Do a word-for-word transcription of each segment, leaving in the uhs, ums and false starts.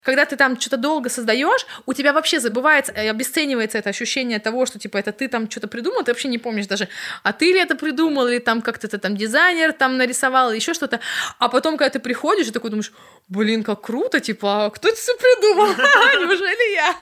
Когда ты там что-то долго создаешь, у тебя вообще забывается, обесценивается это ощущение того, что типа это ты там что-то придумал, ты вообще не помнишь даже, а ты ли это придумал, или там как-то ты там дизайнер там нарисовал, или еще что-то. А потом, когда ты приходишь и такой думаешь, блин, как круто, типа, а кто это все придумал? Неужели я?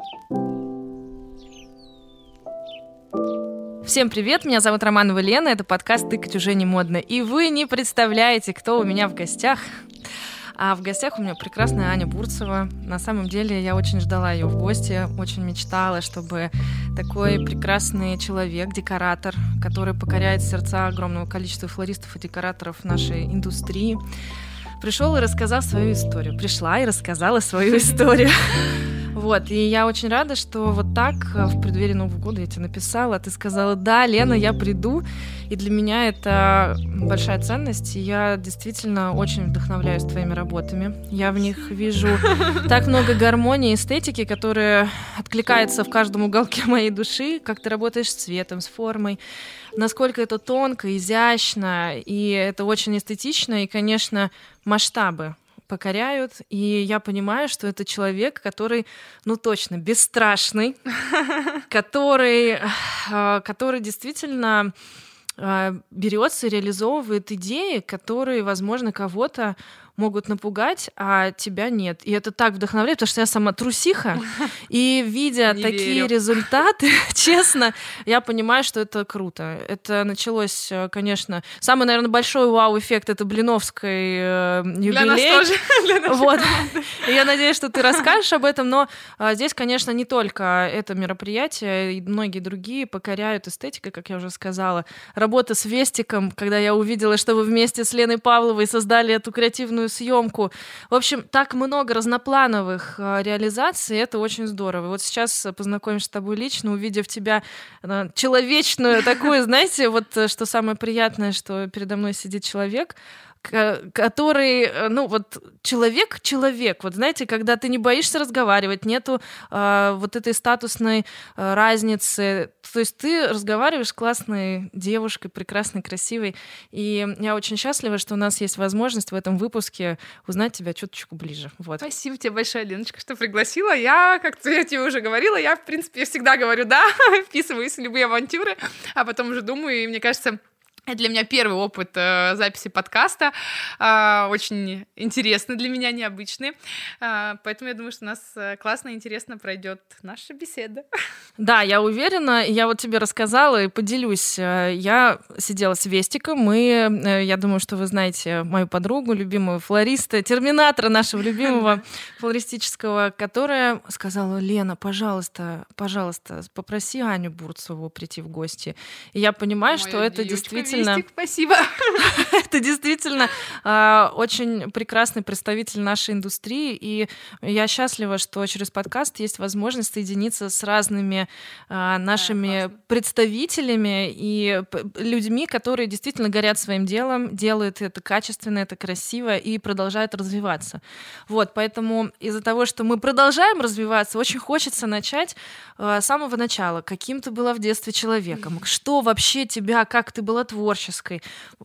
Всем привет, меня зовут Романова Лена, это подкаст «Тыкать уже не модно». И вы не представляете, кто у меня в гостях. А в гостях у меня прекрасная Аня Бурцева. На самом деле я очень ждала ее в гости, очень мечтала, чтобы такой прекрасный человек, декоратор, который покоряет сердца огромного количества флористов и декораторов нашей индустрии, пришел и рассказал свою историю. Пришла и рассказала свою историю. Вот, и я очень рада, что вот так в преддверии Нового года я тебе написала, ты сказала: да, Лена, я приду, и для меня это большая ценность, и я действительно очень вдохновляюсь твоими работами. Я в них вижу так много гармонии, эстетики, которая откликается в каждом уголке моей души, как ты работаешь с цветом, с формой, насколько это тонко, изящно, и это очень эстетично, и, конечно, масштабы покоряют, и я понимаю, что это человек, который, ну точно, бесстрашный, который, который действительно берется и реализовывает идеи, которые, возможно, кого-то могут напугать, а тебя нет. И это так вдохновляет, потому что я сама трусиха, и видя Не такие верю. результаты, честно, я понимаю, что это круто. Это началось, конечно, самый, наверное, большой вау-эффект — это Блиновский э, юбилей. Для нас тоже. Для нашей Вот. команды. И я надеюсь, что ты расскажешь об этом, но а, здесь, конечно, не только это мероприятие, и многие другие покоряют эстетикой, как я уже сказала. Работа с Вестиком, когда я увидела, что вы вместе с Леной Павловой создали эту креативную съемку. В общем, так много разноплановых а, реализаций, это очень здорово. Вот сейчас познакомишься с тобой лично, увидев тебя а, человечную такую, знаете, вот что самое приятное, что передо мной сидит человек, который, ну вот, человек-человек, вот знаете, когда ты не боишься разговаривать, нету э, вот этой статусной э, разницы, то есть ты разговариваешь с классной девушкой, прекрасной, красивой, и я очень счастлива, что у нас есть возможность в этом выпуске узнать тебя чуточку ближе. Вот. Спасибо тебе большое, Леночка, что пригласила. Я, как я тебе уже говорила, я, в принципе, всегда говорю «да», вписываюсь в любые авантюры, а потом уже думаю, и мне кажется, это для меня первый опыт э, записи подкаста, э, очень интересный для меня, необычный, э, поэтому я думаю, что у нас классно и интересно пройдет наша беседа. Да, я уверена, я вот тебе рассказала и поделюсь. Я сидела с Вестиком, мы, я думаю, что вы знаете мою подругу, любимую флориста, терминатора нашего любимого флористического, которая сказала: Лена, пожалуйста, пожалуйста, попроси Аню Бурцеву прийти в гости. И я понимаю, Моя что это девочка действительно... Вестик, спасибо. Это действительно э, очень прекрасный представитель нашей индустрии, и я счастлива, что через подкаст есть возможность соединиться с разными э, нашими да, представителями и п- людьми, которые действительно горят своим делом, делают это качественно, это красиво и продолжают развиваться. Вот, поэтому из-за того, что мы продолжаем развиваться, очень хочется начать э, с самого начала. Каким ты была в детстве человеком? Что вообще тебя, как ты была творческой? творческой,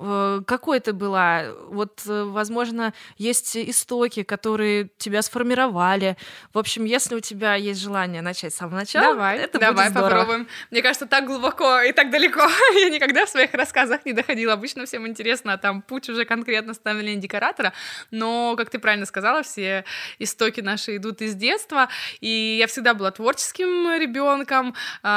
какой ты была, вот, возможно, есть истоки, которые тебя сформировали. В общем, если у тебя есть желание начать с самого начала, давай, это давай будет здорово. Попробуем. Мне кажется, так глубоко и так далеко я никогда в своих рассказах не доходила. Обычно всем интересно, там, путь уже конкретно становления декоратора, но, как ты правильно сказала, все истоки наши идут из детства, и я всегда была творческим ребенком,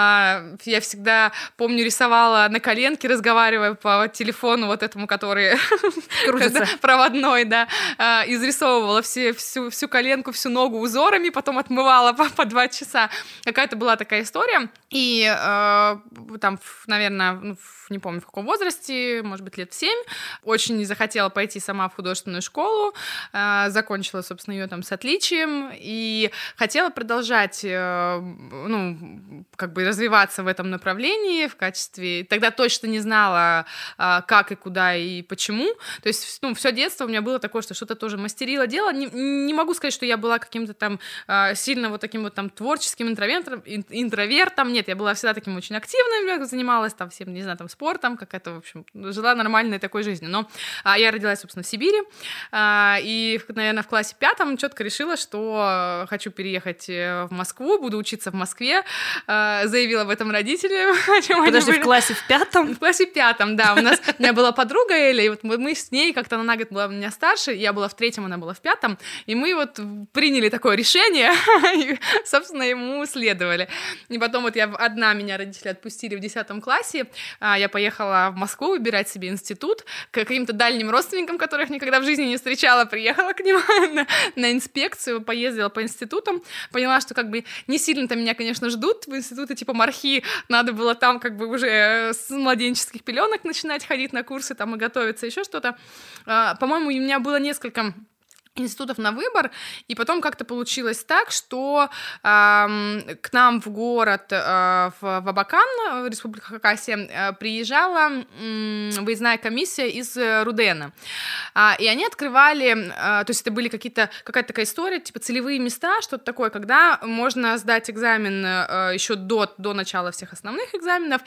я всегда, помню, рисовала на коленке, разговаривая по телефону вот этому, который Кружится. проводной, да, изрисовывала все, всю, всю коленку, всю ногу узорами, потом отмывала по, по два часа. Какая-то была такая история. И э, там, наверное, ну, не помню, в каком возрасте, может быть, лет в семь, очень захотела пойти сама в художественную школу, э, закончила, собственно, ее там с отличием, и хотела продолжать, э, ну, как бы развиваться в этом направлении в качестве... Тогда точно не знала, только а, как и куда и почему. То есть, ну, все детство у меня было такое, что что-то тоже мастерила, делала. Не, не могу сказать, что я была каким-то там а, сильно вот таким вот там творческим интровертом, интровертом. Нет, я была всегда таким очень активным, занималась там всем, не знаю, там спортом, какая-то, в общем, жила нормальной такой жизнью. Но а, я родилась, собственно, в Сибири, а, и, наверное, в классе пятом четко решила, что хочу переехать в Москву, буду учиться в Москве, а, заявила об этом родителям. Подожди, в классе в пятом? В классе пятом, да. У нас, у меня была подруга Эля, и вот мы, мы с ней, как-то она на год была у меня старше, я была в третьем, она была в пятом, и мы вот приняли такое решение, и, собственно, ему следовали. И потом вот я одна, меня родители отпустили в десятом классе, а, я поехала в Москву выбирать себе институт, к каким-то дальним родственникам, которых никогда в жизни не встречала, приехала к ним на, на инспекцию, поездила по институтам, поняла, что как бы не сильно-то меня, конечно, ждут в институте типа МАРХИ, надо было там как бы уже с младенческих пеленок начинать ходить на курсы там и готовиться, еще что-то. А, по-моему, у меня было несколько институтов на выбор, и потом как-то получилось так, что э, к нам в город, э, в, в Абакан, в Республику Хакасия, э, приезжала э, выездная комиссия из Рудена, а, и они открывали, э, то есть это были какие-то, какая-то такая история, типа целевые места, что-то такое, когда можно сдать экзамен э, еще до, до начала всех основных экзаменов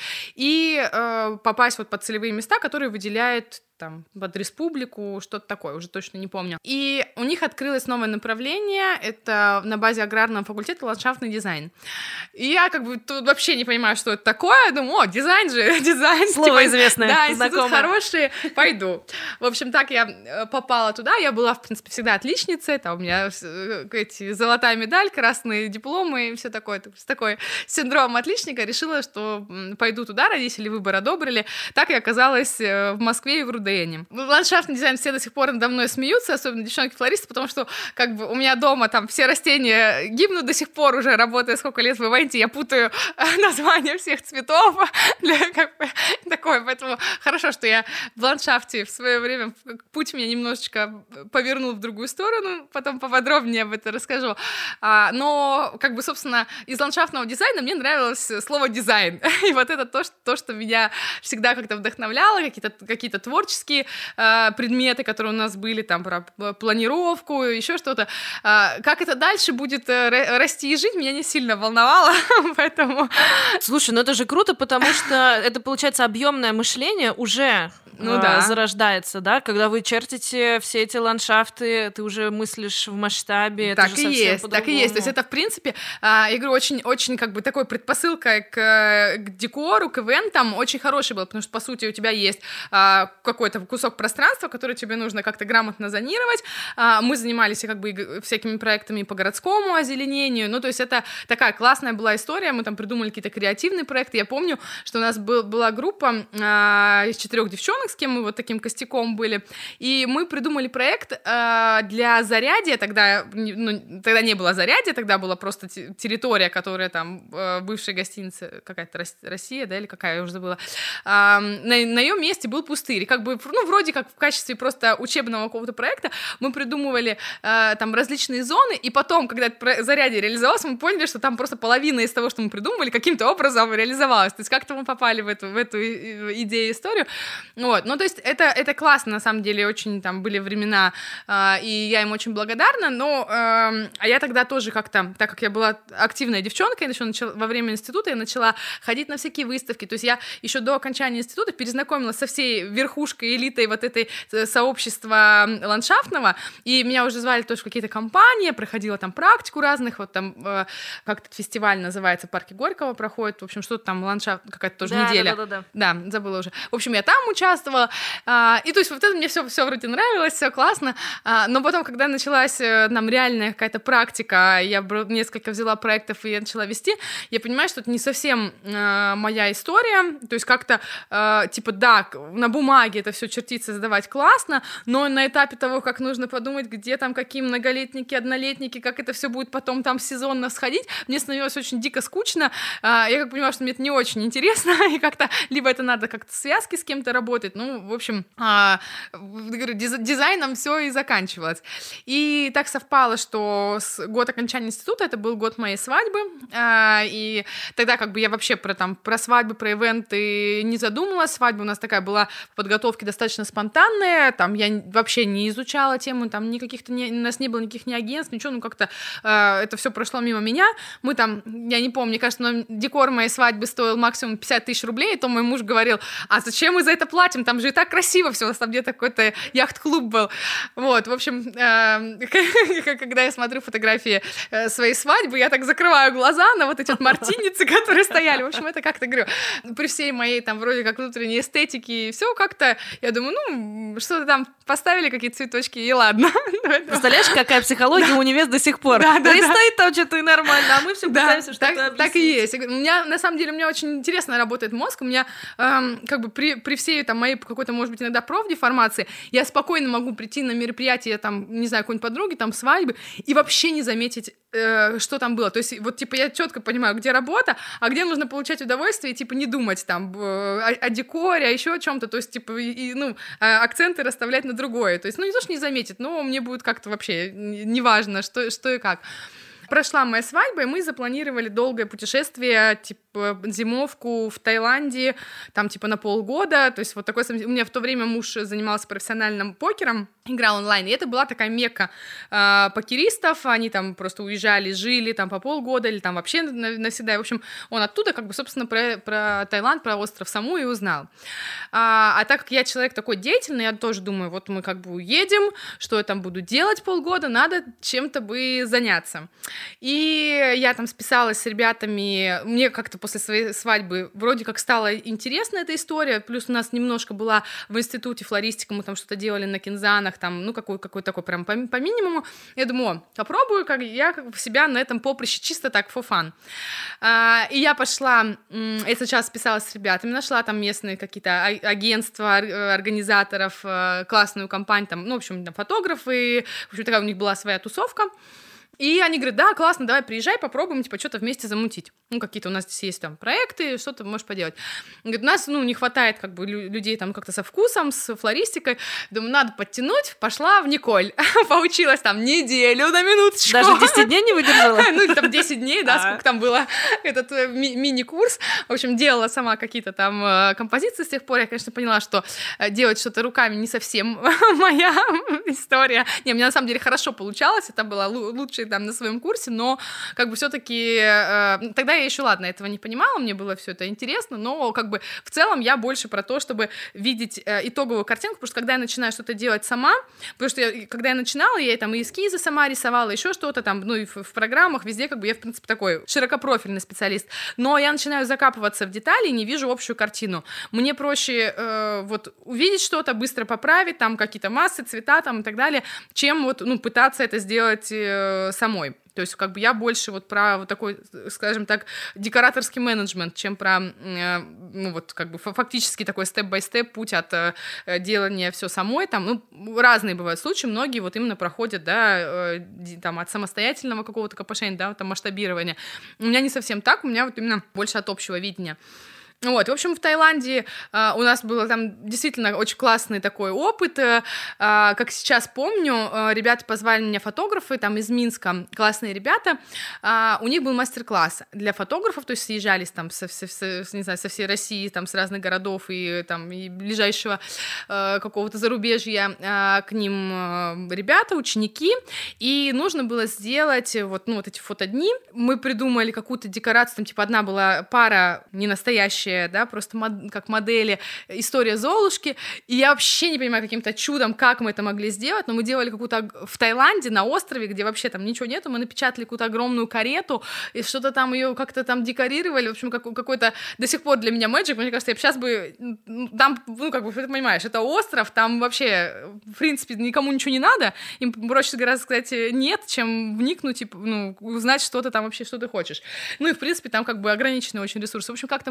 и э, попасть вот под целевые места, которые выделяет там, под республику, что-то такое, уже точно не помню. И у них открылось новое направление, это на базе аграрного факультета ландшафтный дизайн. И я как бы тут вообще не понимаю, что это такое, думаю, о, дизайн же, дизайн. Слово типа, известное, да, знакомое. институт хороший, пойду. В общем, так я попала туда, я была, в принципе, всегда отличницей, там у меня эти золотая медаль, красные дипломы и все такое, такой синдром отличника, решила, что пойду туда, родители выбор одобрили. Так я оказалась в Москве и в Рудене. Ландшафтный дизайн все до сих пор надо мной смеются, особенно девчонки-флористы, потому что как бы у меня дома там все растения гибнут до сих пор, уже работая сколько лет в ивенте, я путаю названия всех цветов, для, как бы, такое, поэтому хорошо, что я в ландшафте в свое время путь меня немножечко повернул в другую сторону, потом поподробнее об этом расскажу, а, но как бы, собственно, из ландшафтного дизайна мне нравилось слово дизайн, и вот это то, что, то, что меня всегда как-то вдохновляло, какие-то, какие-то творческие э, предметы, которые у нас были, там, про планировку, еще что-то. Э, как это дальше будет э, расти и жить, меня не сильно волновало, поэтому... Слушай, ну это же круто, потому что это, получается, объемное мышление уже ну, э, да. зарождается, да? Когда вы чертите все эти ландшафты, ты уже мыслишь в масштабе, так это же и совсем есть, по-другому. Так и есть, то есть это, в принципе, э, я говорю, очень, очень как бы такой предпосылкой к, к декору, к ивентам очень хороший был, потому что, по сути, у тебя есть э, какой-то кусок пространства, который тебе нужно как-то грамотно зонировать. Э, мы занимались как бы всякими проектами по городскому озеленению, ну, то есть это такая классная была история, мы там придумали какие-то креативные проекты. Я помню, что у нас был, была группа э, из четырех девчонок, с кем мы вот таким костяком были, и мы придумали проект э, для Зарядья, тогда, ну, тогда не было Зарядья, тогда была просто т- территория, которая там, э, бывшая гостиница, какая-то Россия, да, или какая, я уже забыла, э, на, на ее месте был пустырь, и как бы, ну, вроде как в качестве просто учебного какого-то проекта мы придумывали э, там различные зоны, и потом, когда это Зарядье реализовалось, мы поняли, что там просто половина из того, что мы придумывали, каким-то образом реализовалась, то есть как-то мы попали в эту, в эту идею, историю, вот, ну, то есть это, это классно, на самом деле, очень там были времена, э, и я им очень благодарна, но, э, а я тогда тоже как-то, так как я была активная девчонка, я еще начала, во время института я начала ходить на всякие выставки, то есть я еще до окончания института перезнакомилась со всей верхушкой, элитой вот этой сообщества ландшафтного, и меня уже звали тоже в какие-то компании, проходила там практику разных, вот там, э, как этот фестиваль называется, в парке Горького проходит, в общем, что-то там, ландшафт, какая-то тоже да, неделя. Да, да, да, да. Да, забыла уже. В общем, я там участвовала, э, и то есть вот это мне все, все вроде нравилось, все классно, э, но потом, когда началась э, нам реальная какая-то практика, я несколько взяла проектов и я начала вести, я понимаю, что это не совсем э, моя история, то есть как-то, э, типа, да, на бумаге это все чертиться, задавать классно, но на этапе того, как нужно подумать, где там какие многолетники, однолетники, как это все будет потом там сезонно сходить, мне становилось очень дико скучно, э, я как понимаю, что мне это не очень интересно, и как-то, либо это надо как-то в связке с кем-то работать, Ну, в общем, а, говорю, дизайном все и заканчивалось. И так совпало, что с год окончания института, это был год моей свадьбы, а, и тогда как бы я вообще про, там, про свадьбы, про ивенты не задумывалась. Свадьба у нас такая была в подготовке достаточно спонтанная, там я вообще не изучала тему, там никаких-то не, у нас не было никаких ни агентств, ничего, ну как-то э, это все прошло мимо меня. Мы там, я не помню, мне кажется, но декор моей свадьбы стоил максимум пятьдесят тысяч рублей, и то мой муж говорил, а зачем мы за это платим, там же и так красиво все, у нас там где-то какой-то яхт-клуб был. Вот, в общем, э, когда я смотрю фотографии э, своей свадьбы, я так закрываю глаза на вот эти вот мартиницы, которые стояли. В общем, это как-то, говорю, при всей моей там вроде как внутренней эстетике и все как-то, я думаю, ну, что-то там поставили, какие-то цветочки, и ладно. Представляешь, какая психология у невест до сих пор? Да, да, и да. Стоит там что-то и нормально, а мы все пытаемся да, что-то так, объяснить. Так и есть. У меня, на самом деле, у меня очень интересно работает мозг. У меня, эм, как бы, при, при всей там моей какой-то, может быть, иногда профдеформации, я спокойно могу прийти на мероприятие, там, не знаю, какой-нибудь подруги, там, свадьбы, и вообще не заметить, э, что там было. То есть, вот, типа, я четко понимаю, где работа, а где нужно получать удовольствие, и, типа, не думать, там, о, о декоре, о еще о чем-то, то есть, типа, и, ну, акценты расставлять на другое. То есть, ну, не то, что не заметит, но мне будет как-то вообще неважно, что, что и как. Прошла моя свадьба, и мы запланировали долгое путешествие, типа, зимовку в Таиланде, там, типа, на полгода, то есть вот такой... У меня в то время муж занимался профессиональным покером, играл онлайн, и это была такая мекка э, покеристов, они там просто уезжали, жили там по полгода или там вообще навсегда, и, в общем, он оттуда, как бы, собственно, про, про Таиланд, про остров Саму и узнал. А, а так как я человек такой деятельный, я тоже думаю, вот мы как бы уедем, что я там буду делать полгода, надо чем-то бы заняться. И я там списалась с ребятами, мне как-то после своей свадьбы вроде как стала интересна эта история, плюс у нас немножко была в институте флористика, мы там что-то делали на кинзанах, там, ну, какой, какой такой прям по, по минимуму. Я думаю, о, попробую, как я как себя на этом поприще чисто так for fun. А, и я пошла, я сейчас списалась с ребятами, нашла там местные какие-то агентства, организаторов, классную компанию, там, ну, в общем, там, фотографы, в общем, такая у них была своя тусовка. И они говорят, да, классно, давай приезжай, попробуем, типа, что-то вместе замутить. Ну, какие-то у нас здесь есть там проекты, что ты можешь поделать. Говорит, у нас, ну, не хватает, как бы, людей там как-то со вкусом, с флористикой. Думаю, надо подтянуть. Пошла в Николь. Поучилась там неделю, на минуточку. Даже десять дней не выдержала? Ну, или там десять дней, да, сколько там было этот ми- мини-курс. В общем, делала сама какие-то там композиции. С тех пор я, конечно, поняла, что делать что-то руками не совсем моя история. Не, у меня на самом деле хорошо получалось. Это было лучше там на своем курсе, но как бы все-таки э, тогда я еще, ладно, этого не понимала, мне было все это интересно, но как бы в целом я больше про то, чтобы видеть э, итоговую картинку, потому что когда я начинаю что-то делать сама, потому что я, когда я начинала, я там и эскизы сама рисовала, еще что-то там, ну и в, в программах, везде как бы я, в принципе, такой широкопрофильный специалист, но я начинаю закапываться в детали и не вижу общую картину. Мне проще э, вот увидеть что-то, быстро поправить, там какие-то массы, цвета там и так далее, чем вот, ну, пытаться это сделать э, самой. То есть как бы я больше вот про вот такой, скажем так, декораторский менеджмент, чем про, э, ну вот как бы фактически такой степ-бай-степ путь от э, делания все самой. Там, ну, разные бывают случаи, многие вот именно проходят, да, э, там от самостоятельного какого-то копошения, да, там масштабирования. У меня не совсем так, у меня вот именно больше от общего видения. Вот, в общем, в Таиланде э, у нас был там действительно очень классный такой опыт. Э, как сейчас помню, э, ребята позвали меня, фотографы там из Минска, классные ребята. Э, у них был мастер-класс для фотографов, то есть съезжались там со, со, со, не знаю, со всей России, там с разных городов и там и ближайшего э, какого-то зарубежья э, к ним э, ребята, ученики. И нужно было сделать вот, ну, вот эти фотодни. Мы придумали какую-то декорацию, там типа одна была пара не настоящая, да, просто мод- как модели, история Золушки, и я вообще не понимаю каким-то чудом, как мы это могли сделать, но мы делали какую-то в Таиланде, на острове, где вообще там ничего нету, мы напечатали какую-то огромную карету, и что-то там ее как-то там декорировали, в общем, как- какой-то до сих пор для меня мэджик, мне кажется, я бы сейчас бы, там, ну, как бы, ты понимаешь, это остров, там вообще, в принципе, никому ничего не надо, им проще гораздо сказать нет, чем вникнуть и, ну, узнать что-то там вообще, что ты хочешь. Ну, и, в принципе, там как бы ограниченные очень ресурсы. В общем, как-то мы сделали эту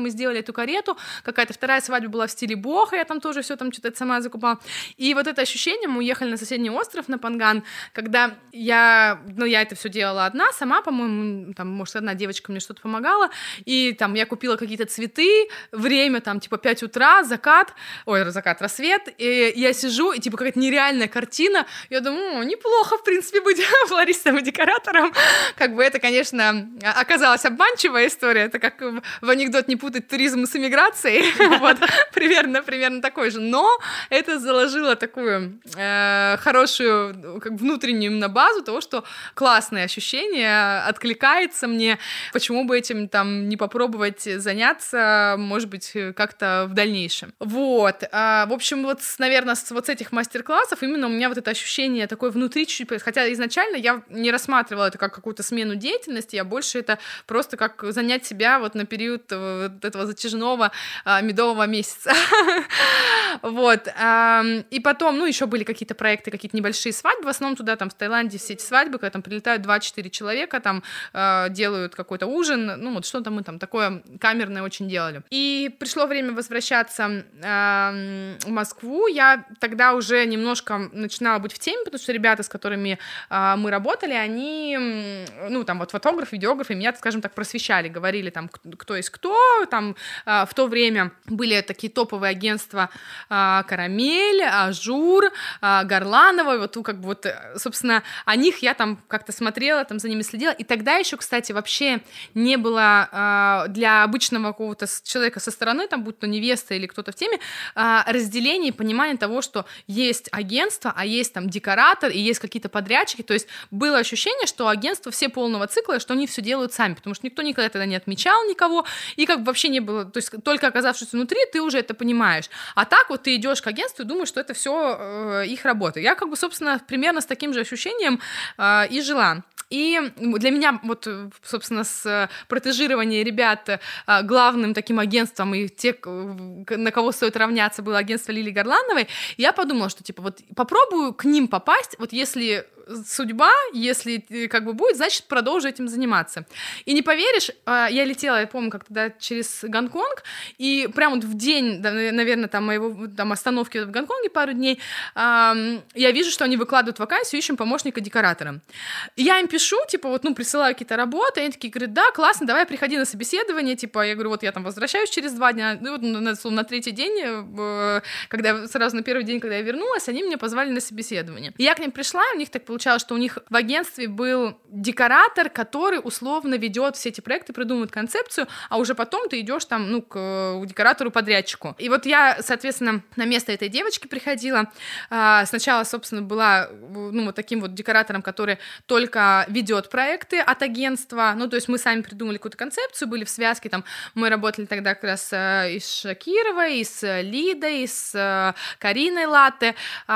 эту карету, какая-то вторая свадьба была в стиле бохо, я там тоже все там что-то сама закупала. И вот это ощущение, мы уехали на соседний остров, на Панган, когда я, ну, я это все делала одна, сама, по-моему, там, может, одна девочка мне что-то помогала, и там я купила какие-то цветы, время там, типа, пять утра, закат, ой, закат, рассвет, и я сижу, и, типа, какая-то нереальная картина, я думаю, неплохо, в принципе, быть флористом и декоратором, как бы это, конечно, оказалась обманчивая история, это как в анекдот не путать туризм с эмиграцией, вот, примерно, примерно такой же, но это заложило такую э, хорошую, как внутреннюю именно базу того, что классное ощущение, откликается мне, почему бы этим там не попробовать заняться, может быть, как-то в дальнейшем. Вот, а, в общем, вот, наверное, с вот с этих мастер-классов именно у меня вот это ощущение такое внутри чуть-чуть, хотя изначально я не рассматривала это как какую-то смену деятельности, я больше это просто как занять себя вот на период вот этого затяжного а, медового месяца. Вот, и потом, ну, еще были какие-то проекты, какие-то небольшие свадьбы, в основном туда, там, в Таиланде все эти свадьбы, когда там прилетают два-четыре человека, там, делают какой-то ужин, ну, вот что-то мы там такое камерное очень делали. И пришло время возвращаться в Москву, я тогда уже немножко начинала быть в теме, потому что ребята, с которыми мы работали, они, ну, там, вот фотографы, видеографы, меня, скажем так, просвещали, говорили, там, кто есть кто, там, в то время были такие топовые агентства Карамель, Ажур, Горланова, вот, как бы вот, собственно, о них я там как-то смотрела, там за ними следила, и тогда еще, кстати, вообще не было для обычного какого-то человека со стороны, там, будь то невеста или кто-то в теме, разделения и понимания того, что есть агентство, а есть там декоратор, и есть какие-то подрядчики, то есть было ощущение, что агентство все полного цикла, что они все делают сами, потому что никто никогда тогда не отмечал никого, и как бы вообще не было, то есть только оказавшись внутри, ты уже это понимаешь, а так вот ты идешь к агентству и думаешь, что это все э, их работа. Я как бы, собственно, примерно с таким же ощущением э, и жила. И для меня, вот, собственно, с протежирования ребят э, главным таким агентством и те, на кого стоит равняться, было агентство Лилии Горлановой, я подумала, что, типа, вот попробую к ним попасть, вот если судьба, если как бы будет, значит, продолжу этим заниматься. И не поверишь, я летела, я помню, как тогда через Гонконг, и прямо вот в день, наверное, там, моего там, остановки в Гонконге пару дней, я вижу, что они выкладывают вакансию, ищем помощника декоратора. И я им пишу, типа, вот, ну, присылаю какие-то работы, и они такие говорят, да, классно, давай приходи на собеседование, типа, я говорю, вот я там возвращаюсь через два дня, ну, вот на, на третий день, когда сразу на первый день, когда я вернулась, они меня позвали на собеседование. И я к ним пришла, у них так получилось, Получалось, что у них в агентстве был декоратор, который условно ведет все эти проекты, придумывает концепцию, а уже потом ты идешь там, ну, к декоратору-подрядчику. И вот я, соответственно, на место этой девочки приходила. Сначала, собственно, была, ну, вот таким вот декоратором, который только ведет проекты от агентства. Ну, то есть мы сами придумали какую-то концепцию, были в связке, там, мы работали тогда как раз и с Шакировой, и с Лидой, и с Кариной Латте,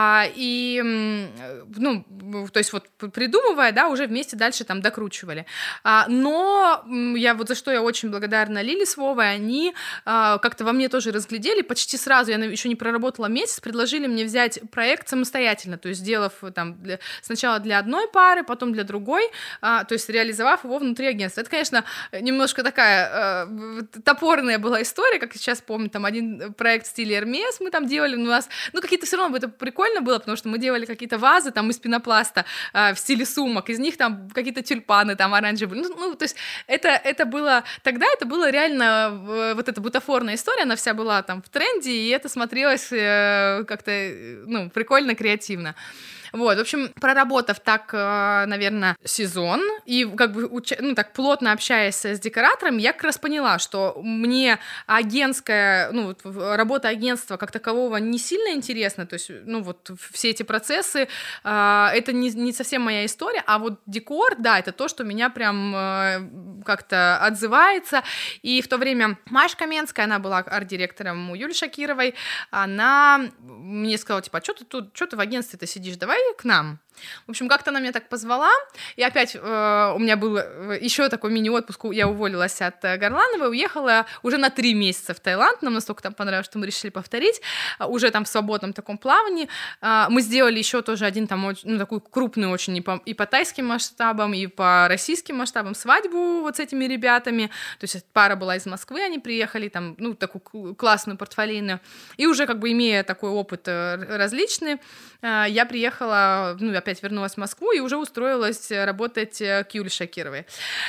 и, ну, то есть вот придумывая, да, уже вместе дальше там докручивали. А, но я вот за что я очень благодарна Лиле с Вовой, они а, как-то во мне тоже разглядели, почти сразу, я еще не проработала месяц, предложили мне взять проект самостоятельно, то есть сделав там для, сначала для одной пары, потом для другой, а, то есть реализовав его внутри агентства. Это, конечно, немножко такая а, топорная была история, как сейчас помню, там один проект в стиле Hermes мы там делали, у нас, ну, какие-то все равно это прикольно было, потому что мы делали какие-то вазы там из пенопласта, в стиле сумок, из них там какие-то тюльпаны там оранжевые, ну, ну то есть это, это было, тогда это было реально вот эта бутафорная история, она вся была там в тренде, и это смотрелось как-то, ну, прикольно, креативно. Вот, в общем, проработав так, наверное, сезон и как бы, ну, так плотно общаясь с декоратором, я как раз поняла, что мне агентская, ну, работа агентства как такового не сильно интересна, то есть, ну, вот все эти процессы, это не, не совсем моя история, а вот декор, да, это то, что меня прям как-то отзывается, и в то время Маша Каменская, она была арт-директором у Юли Шакировой, она мне сказала, типа, а что ты тут, что ты в агентстве-то сидишь, давай к нам. В общем, как-то она меня так позвала, и опять э, у меня был еще такой мини-отпуск, я уволилась от Горлановой, уехала уже на три месяца в Таиланд, нам настолько там понравилось, что мы решили повторить, уже там в свободном таком плавании. Э, мы сделали еще тоже один там, ну, такую крупную очень и по, и по тайским масштабам, и по российским масштабам свадьбу вот с этими ребятами, то есть пара была из Москвы, они приехали, там, ну, такую классную портфолийную, и уже как бы имея такой опыт различный, э, я приехала, ну, опять вернулась в Москву и уже устроилась работать к Юле Шакировой.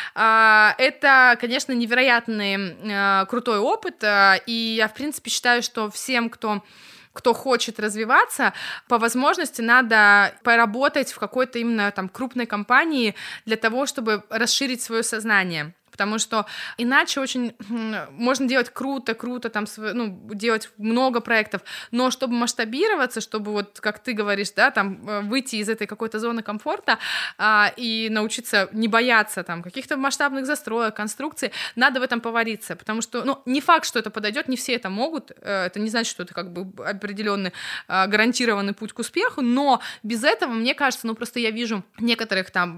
Это, конечно, невероятный крутой опыт, и я, в принципе, считаю, что всем, кто кто хочет развиваться, по возможности надо поработать в какой-то именно там крупной компании для того, чтобы расширить свое сознание. Потому что иначе очень можно делать круто, круто, там, ну, делать много проектов, но чтобы масштабироваться, чтобы вот, как ты говоришь, да, там, выйти из этой какой-то зоны комфорта а, и научиться не бояться там каких-то масштабных застроек, конструкций, надо в этом повариться, потому что, ну, не факт, что это подойдет, не все это могут, это не значит, что это как бы определенный гарантированный путь к успеху, но без этого, мне кажется, ну, просто я вижу некоторых там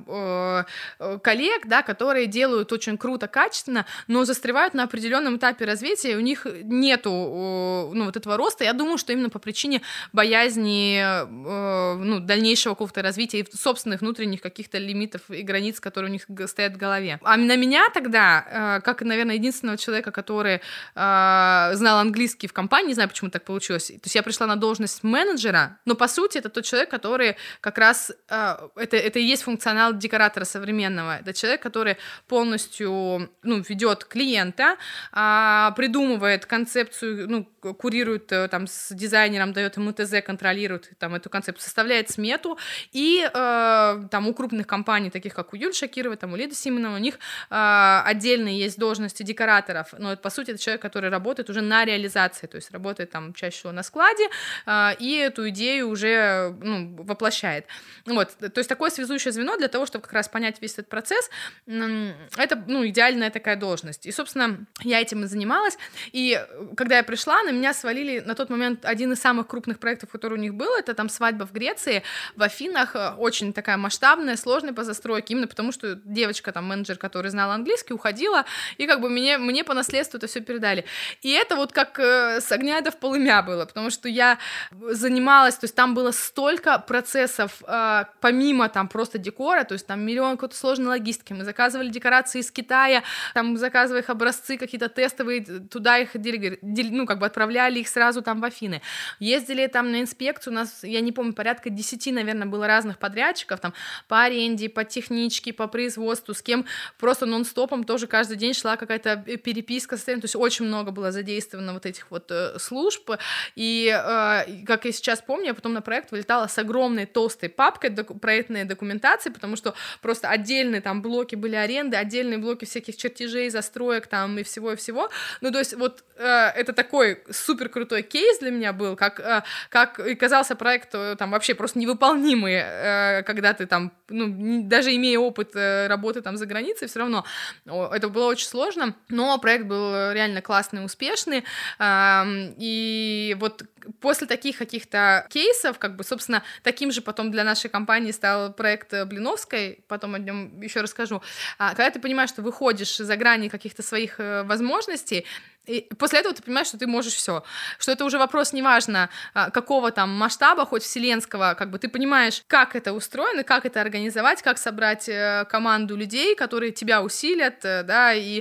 коллег, да, которые делают очень круто, качественно, но застревают на определенном этапе развития, и у них нету, ну, вот этого роста. Я думаю, что именно по причине боязни, ну, дальнейшего какого-то развития и собственных внутренних каких-то лимитов и границ, которые у них стоят в голове. А на меня тогда, как, наверное, единственного человека, который знал английский в компании, не знаю, почему так получилось, то есть я пришла на должность менеджера, но, по сути, это тот человек, который как раз, это, это и есть функционал декоратора современного. Это человек, который полностью, ну, ведет клиента, а, придумывает концепцию, ну, курирует там с дизайнером, дает ему ТЗ, контролирует там эту концепцию, составляет смету, и э, там у крупных компаний, таких как у Юли Шакировой, там у Лиды Симоновой, у них э, отдельные есть должности декораторов, но это, по сути, это человек, который работает уже на реализации, то есть работает там чаще всего на складе, э, и эту идею уже, ну, воплощает. Вот, то есть такое связующее звено для того, чтобы как раз понять весь этот процесс, это, ну, идеальная такая должность. И, собственно, я этим и занималась. И когда я пришла, на меня свалили на тот момент один из самых крупных проектов, который у них был, это там свадьба в Греции, в Афинах, очень такая масштабная, сложная по застройке, именно потому что девочка, там, менеджер, который знал английский, уходила, и как бы мне, мне по наследству это все передали. И это вот как э, с огня до в полымя было, потому что я занималась, то есть там было столько процессов, э, помимо там просто декора, то есть там миллион какой-то сложной логистики, мы заказывали декорации из Китая, там заказывая их образцы какие-то тестовые, туда их делегировали, ну, как бы отправляли их сразу там в Афины. Ездили там на инспекцию, у нас, я не помню, порядка десяти, наверное, было разных подрядчиков, там, по аренде, по техничке, по производству, с кем просто нон-стопом тоже каждый день шла какая-то переписка, то есть очень много было задействовано вот этих вот э, служб, и, э, как я сейчас помню, я потом на проект вылетала с огромной толстой папкой доку- проектной документации, потому что просто отдельные там блоки были аренды, отдельные блоки всяких чертежей, застроек там и всего, и всего, ну, то есть вот э, это такой супер крутой кейс для меня был, как, э, как и казался проект э, там вообще просто невыполнимый, э, когда ты там, ну, не, даже имея опыт э, работы там за границей, все равно о, это было очень сложно, но проект был реально классный, успешный, э, и вот после таких каких-то кейсов, как бы, собственно, таким же потом для нашей компании стал проект Блиновской, потом о нем еще расскажу, а, когда ты понимаешь, что выходишь за грани каких-то своих э, возможностей, и после этого ты понимаешь, что ты можешь все, что это уже вопрос неважно какого там масштаба, хоть вселенского, как бы ты понимаешь, как это устроено, как это организовать, как собрать команду людей, которые тебя усилят, да, и,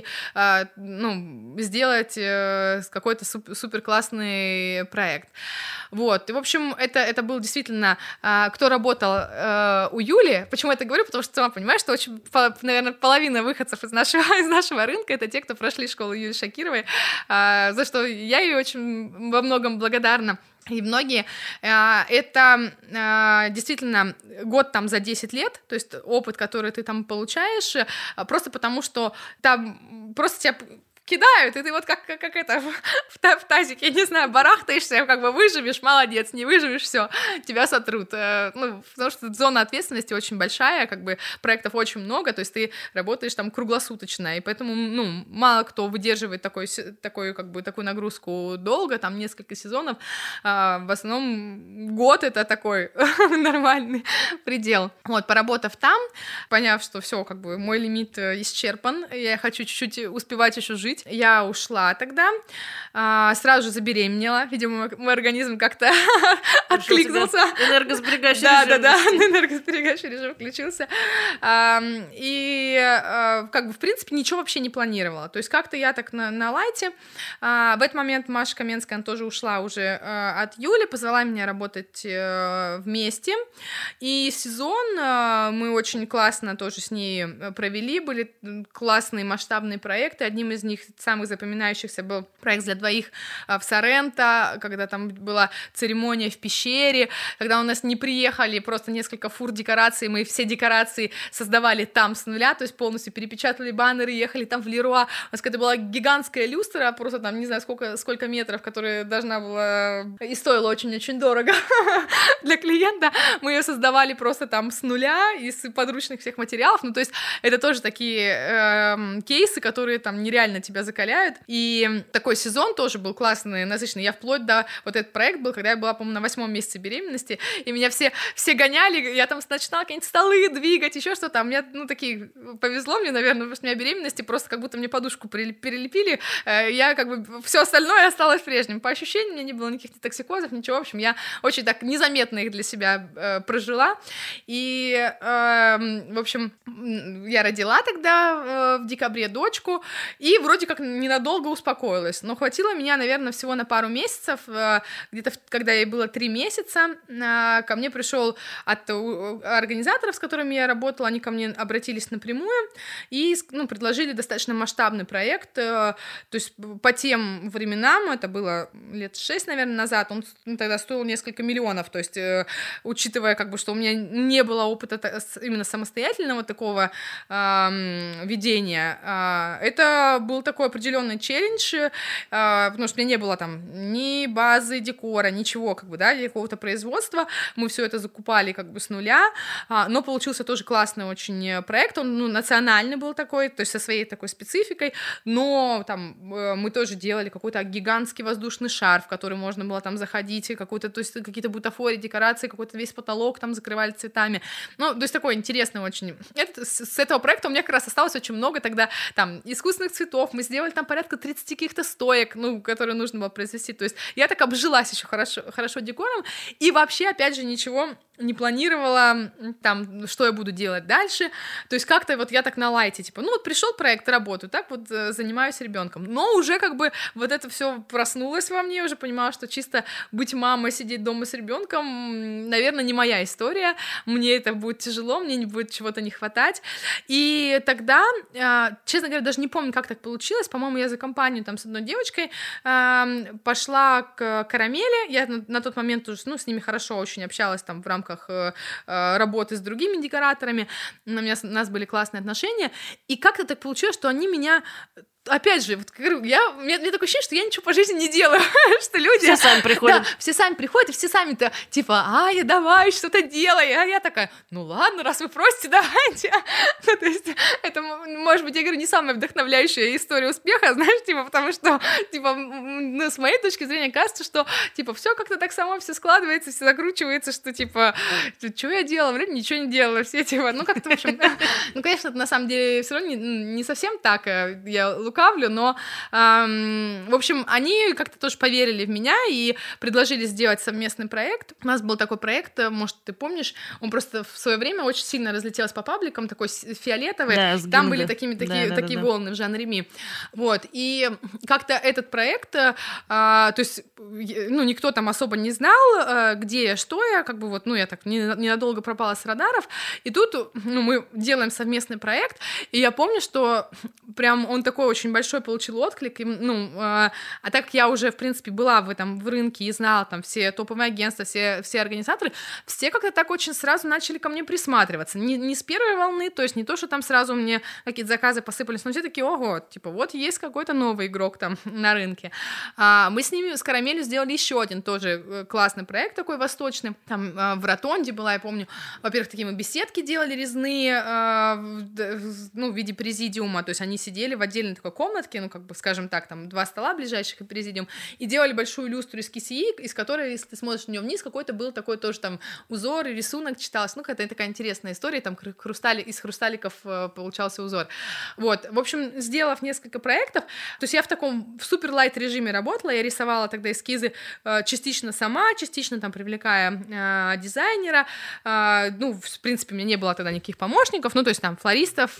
ну, сделать какой-то супер классный проект. Вот, и, в общем, это, это был действительно, кто работал у Юли, почему я это говорю, потому что сама понимаешь, что очень, наверное, половина выходцев из нашего, из нашего рынка — это те, кто прошли школу Юли Шакировой, за что я ей очень во многом благодарна. И многие, это действительно год там за десять лет, то есть опыт, который ты там получаешь, просто потому что там просто тебя кидают, и ты вот как, как, как это в, в тазике, я не знаю, барахтаешься, как бы выживешь, молодец, не выживешь, все, тебя сотрут. Ну, потому что зона ответственности очень большая, как бы проектов очень много, то есть ты работаешь там круглосуточно, и поэтому, ну, мало кто выдерживает такой, такой, как бы, такую нагрузку долго, там несколько сезонов, а в основном год это такой нормальный предел. Вот, поработав там, поняв, что все, как бы, мой лимит исчерпан, я хочу чуть-чуть успевать еще жить, я ушла тогда, а, сразу же забеременела, видимо, мой организм как-то откликнулся. Энергосберегающий да, режим. Да, да, да, энергосберегающий режим включился. А, и, а, как бы, в принципе, ничего вообще не планировала. То есть как-то я так на, на лайте. А, в этот момент Маша Каменская, она тоже ушла уже а, от Юли, позвала меня работать а, вместе. И сезон а, мы очень классно тоже с ней провели, были классные масштабные проекты. Одним из них, самых запоминающихся, был проект для двоих а, в Соренто, когда там была церемония в пещере, когда у нас не приехали просто несколько фур декораций, мы все декорации создавали там с нуля, то есть полностью перепечатывали баннеры, ехали там в Леруа. У нас когда была гигантская люстра, просто там не знаю сколько, сколько метров, которая должна была и стоила очень-очень дорого для клиента. Мы ее создавали просто там с нуля, из подручных всех материалов. Ну, то есть это тоже такие э, кейсы, которые там нереально тебя закаляют. И такой сезон тоже был классный, насыщенный. Я вплоть до... Вот этот проект был, когда я была, по-моему, на восьмом месяце беременности, и меня все, все гоняли, я там начинала какие-нибудь столы двигать, еще что-то. А мне, ну, такие... Повезло мне, наверное, потому что у меня беременности просто как будто мне подушку перелепили. Я как бы... Все остальное осталось прежним. По ощущениям, у меня не было никаких токсикозов, ничего. В общем, я очень так незаметно их для себя э, прожила. И, э, в общем, я родила тогда э, в декабре дочку, и вроде как ненадолго успокоилась. Но хватило меня, наверное, всего на пару месяцев. Э, где-то, когда ей было три месяца, э, ко мне пришел от организаторов, с которыми я работала, они ко мне обратились напрямую и, ну, предложили достаточно масштабный проект. Э, то есть по тем временам, это было лет шесть, наверное, назад, он тогда стоил несколько миллионов. То есть, э, учитывая, как бы, что у меня не было опыта именно самостоятельного такого э, ведения, э, это был такой определенный челлендж, э, потому что у меня не было там ни базы декора, ничего, как бы, да, какого-то производства. Мы все это закупали как бы с нуля, э, но получился тоже классный очень проект. Он, ну, национальный был такой, то есть со своей такой спецификой, но там э, мы тоже делали какой-то гигантский воздушный шар, в который можно было там заходить, какую-то, то есть какие-то бутафории, декорации, какой-то весь потолок там закрывали цветами. Ну, то есть такой интересный очень. Это, с, с этого проекта у меня как раз осталось очень много тогда там искусственных цветов, мы сделали там порядка тридцать каких-то стоек, ну, которые нужно было произвести. То есть я так обжилась еще хорошо, хорошо декором, и вообще, опять же, ничего не планировала там, что я буду делать дальше. То есть как-то вот я так на лайте, типа, ну вот пришел проект, работаю, так вот э, занимаюсь ребенком. Но уже как бы вот это все проснулось во мне, уже понимала, что чисто быть мамой, сидеть дома с ребенком, наверное, не моя история. Мне это будет тяжело, мне не будет чего-то не хватать. И тогда, э, честно говоря, даже не помню, как так получилось. По-моему, я за компанию там с одной девочкой э, пошла к Карамели. Я на, на тот момент уже, ну, с ними хорошо очень общалась там в рамках э, работы с другими декораторами, у, меня, у нас были классные отношения, и как-то так получилось, что они меня... Опять же, вот, я, у меня, у меня такое ощущение, что я ничего по жизни не делаю, что люди... Все сами приходят. Да, все сами приходят, и все сами-то, типа, Ая, давай, что-то делай, а я такая, ну ладно, раз вы просите, давайте. Ну, то есть, это, может быть, я говорю, не самая вдохновляющая история успеха, знаешь, типа, потому что, типа, ну, с моей точки зрения, кажется, что, типа, все как-то так само все складывается, все закручивается, что, типа, что я делала, вроде ничего не делала, все, типа, ну, как-то, в общем, ну, конечно, на самом деле, все равно не, не совсем так, я лукавлю, но, эм, в общем, они как-то тоже поверили в меня и предложили сделать совместный проект. У нас был такой проект, может, ты помнишь, он просто в свое время очень сильно разлетелся по пабликам, такой фиолетовый, да, там были такими, такие, да, да, такие да, волны да. в жанре ми. Вот, и как-то этот проект, э, то есть, ну, никто там особо не знал, э, где я, что я, как бы вот, ну, я так ненадолго пропала с радаров, и тут, ну, мы делаем совместный проект, и я помню, что прям он такой очень очень большой получил отклик, и, ну, э, а так как я уже, в принципе, была в этом в рынке и знала там все топовые агентства, все, все организаторы, все как-то так очень сразу начали ко мне присматриваться, не, не с первой волны, то есть не то, что там сразу мне какие-то заказы посыпались, но все такие, ого, типа, вот есть какой-то новый игрок там на рынке. А, мы с ними, с Карамелью, сделали еще один тоже классный проект такой восточный, там э, в Ротонде была, я помню, во-первых, такие мы беседки делали резные, э, ну, в виде президиума, то есть они сидели в отдельной такой комнатке, ну, как бы, скажем так, там два стола ближайших и президиум, и делали большую люстру из кисеи, из которой, если ты смотришь на нее вниз, какой-то был такой тоже там узор, рисунок читался, ну, какая-то такая интересная история, там хрустали, из хрусталиков э, получался узор. Вот, в общем, сделав несколько проектов, то есть я в таком в супер лайт режиме работала, я рисовала тогда эскизы э, частично сама, частично там привлекая э, дизайнера, э, ну, в принципе, у меня не было тогда никаких помощников, ну, то есть там флористов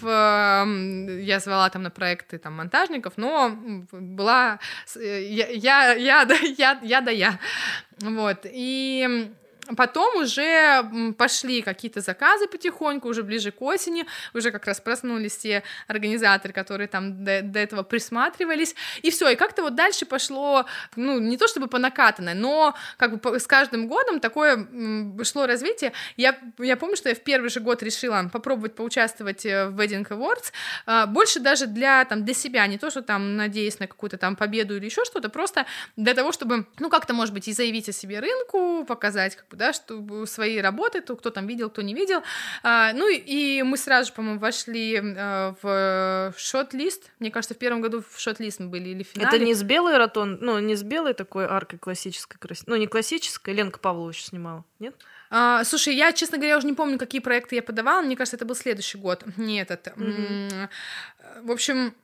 э, я звала там на проекты там монтажников, но была я, я, я, да, я, я да я, вот, и потом уже пошли какие-то заказы потихоньку, уже ближе к осени, уже как раз проснулись все организаторы, которые там до, до этого присматривались, и все, и как-то вот дальше пошло, ну, не то чтобы по накатанной, но как бы с каждым годом такое шло развитие. Я, я помню, что я в первый же год решила попробовать поучаствовать в Wedding Awards, больше даже для, там, для себя, не то, что там надеясь на какую-то там победу или еще что-то, просто для того, чтобы, ну, как-то, может быть, и заявить о себе рынку, показать, как бы, да, что свои работы, то, кто там видел, кто не видел. А, ну и, и мы сразу же, по-моему, вошли а, в шот-лист. Мне кажется, в первом году в шот-лист мы были или в финале. Это не с белой ротон, ну, не с белой такой аркой классической, ну, не классической, Ленка Павлова еще снимала, нет? А, слушай, я, честно говоря, уже не помню, какие проекты я подавала. Мне кажется, это был следующий год. Не этот. Mm-hmm. В общем,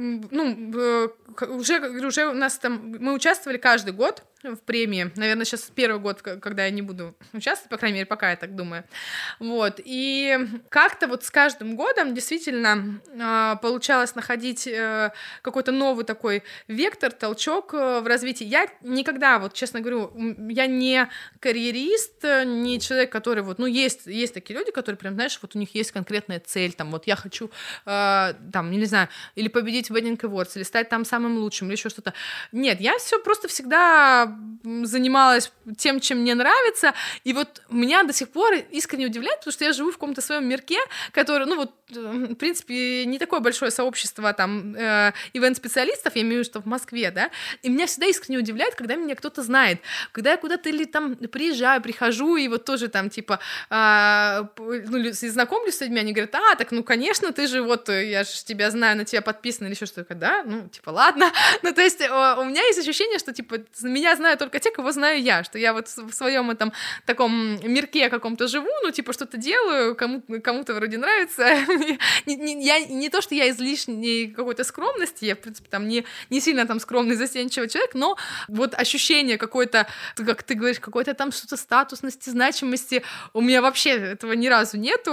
ну, уже, уже у нас там... Мы участвовали каждый год в премии. Наверное, сейчас первый год, когда я не буду участвовать, по крайней мере, пока я так думаю. Вот. И как-то вот с каждым годом действительно э, получалось находить э, какой-то новый такой вектор, толчок э, в развитии. Я никогда, вот честно говорю, я не карьерист, не человек, который вот, ну, есть, есть такие люди, которые прям, знаешь, вот у них есть конкретная цель, там, вот я хочу, э, там, не знаю, или победить в Wedding Awards, или стать там самым лучшим, или еще что-то. Нет, я все просто всегда занималась тем, чем мне нравится, и вот меня до сих пор искренне удивляет, потому что я живу в каком-то своем мирке, который, ну вот, в принципе, не такое большое сообщество там э, ивент-специалистов, я имею в виду, что в Москве, да, и меня всегда искренне удивляет, когда меня кто-то знает, когда я куда-то или там приезжаю, прихожу, и вот тоже там, типа, э, ну, знакомлюсь с людьми, они говорят, а, так, ну, конечно, ты же вот, я же тебя знаю, на тебя подписан, или еще что-то, да, ну, типа, ладно, ну, то есть у меня есть ощущение, что, типа, меня знают только те, кого знаю я, что я вот в своем этом таком мирке каком-то живу, ну, типа, что-то делаю, кому- кому-то вроде нравится. не, не, я, не то, что я излишней какой-то скромности, я, в принципе, там не, не сильно там скромный, застенчивый человек, но вот ощущение какой-то, как ты говоришь, какой-то там что-то статусности, значимости, у меня вообще этого ни разу нету,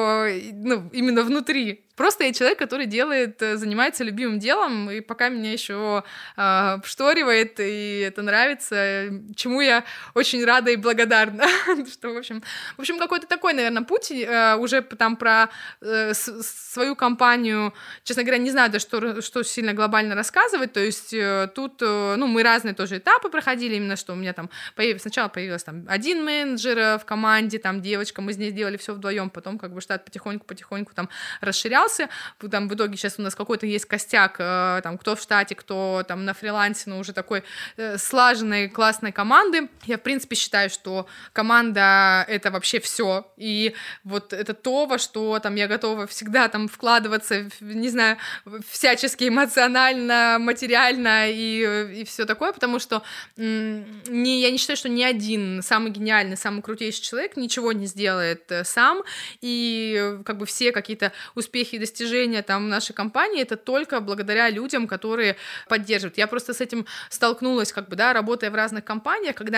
ну, именно внутри. Просто я человек, который делает, занимается любимым делом, и пока меня еще э, вшторивает, и это нравится, чему я очень рада и благодарна. Что, в общем, в общем, какой-то такой, наверное, путь, э, уже там про э, с- свою компанию, честно говоря, не знаю даже, что, что сильно глобально рассказывать, то есть э, тут, э, ну, мы разные тоже этапы проходили, именно что у меня там появилось, сначала появилась там один менеджер в команде, там девочка, мы с ней делали все вдвоем, потом как бы штат потихоньку-потихоньку там расширялся. Там в итоге сейчас у нас какой-то есть костяк, э, там, кто в штате, кто там на фрилансе, но уже такой э, слаженной, классной команды. Я, в принципе, считаю, что команда — это вообще все, и вот это то, во что там я готова всегда там вкладываться, не знаю, всячески эмоционально, материально и, и все такое, потому что м- не, я не считаю, что ни один самый гениальный, самый крутейший человек ничего не сделает э, сам, и как бы все какие-то успехи и достижения там нашей компании — это только благодаря людям, которые поддерживают. Я просто с этим столкнулась, как бы, да, работая в разных компаниях, когда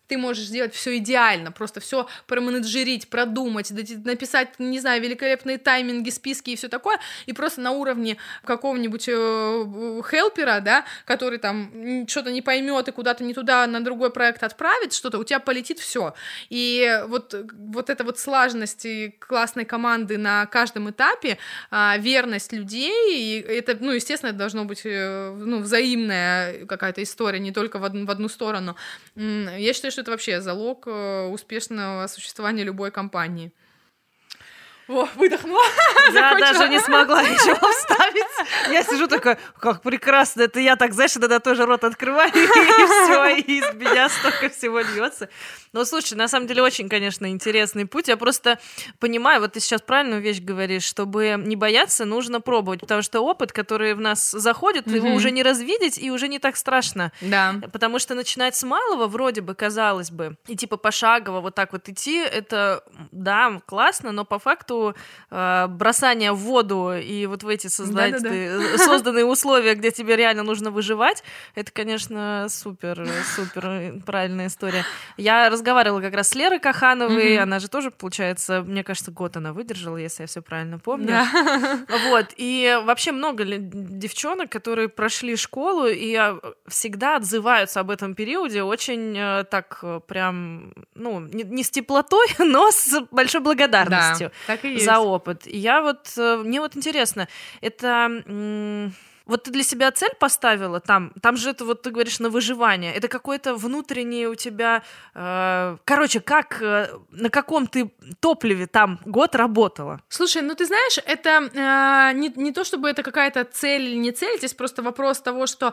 ты можешь сделать все идеально, просто все променеджерить, продумать, написать, не знаю, великолепные тайминги, списки и все такое, и просто на уровне какого-нибудь хелпера, да, который там что-то не поймет и куда-то не туда на другой проект отправит что-то, у тебя полетит все. И вот, вот эта вот слаженность и классной команды на каждом этапе, верность людей, и это, ну, естественно, это должно быть, ну, взаимная какая-то история, не только в одну, в одну сторону. Я считаю, что это вообще залог успешного существования любой компании. О, выдохнула. Я даже не смогла ничего вставить. Я сижу такая, как прекрасно, это я так, знаешь, иногда тоже рот открываю, и все, и из меня столько всего льется. Ну, слушай, на самом деле очень, конечно, интересный путь. Я просто понимаю, вот ты сейчас правильную вещь говоришь, чтобы не бояться, нужно пробовать, потому что опыт, который в нас заходит, mm-hmm. его уже не развидеть, и уже не так страшно. Да. Потому что начинать с малого, вроде бы, казалось бы, и типа пошагово вот так вот идти, это, да, классно, но по факту э, бросание в воду и вот в эти создать, ты, созданные условия, где тебе реально нужно выживать, это, конечно, супер, супер правильная история. Я разговаривала как раз с Лерой Кахановой, mm-hmm. она же тоже, получается, мне кажется, год она выдержала, если я все правильно помню. Да. Вот, и вообще много девчонок, которые прошли школу и всегда отзываются об этом периоде очень так прям, ну, не, не с теплотой, но с большой благодарностью да, так и есть. За опыт. И я вот, мне вот интересно, это... М- Вот ты для себя цель поставила там, там же это вот ты говоришь на выживание, это какое-то внутреннее у тебя, э, короче, как, э, на каком ты топливе там год работала? Слушай, ну ты знаешь, это э, не, не то чтобы это какая-то цель или не цель, здесь просто вопрос того, что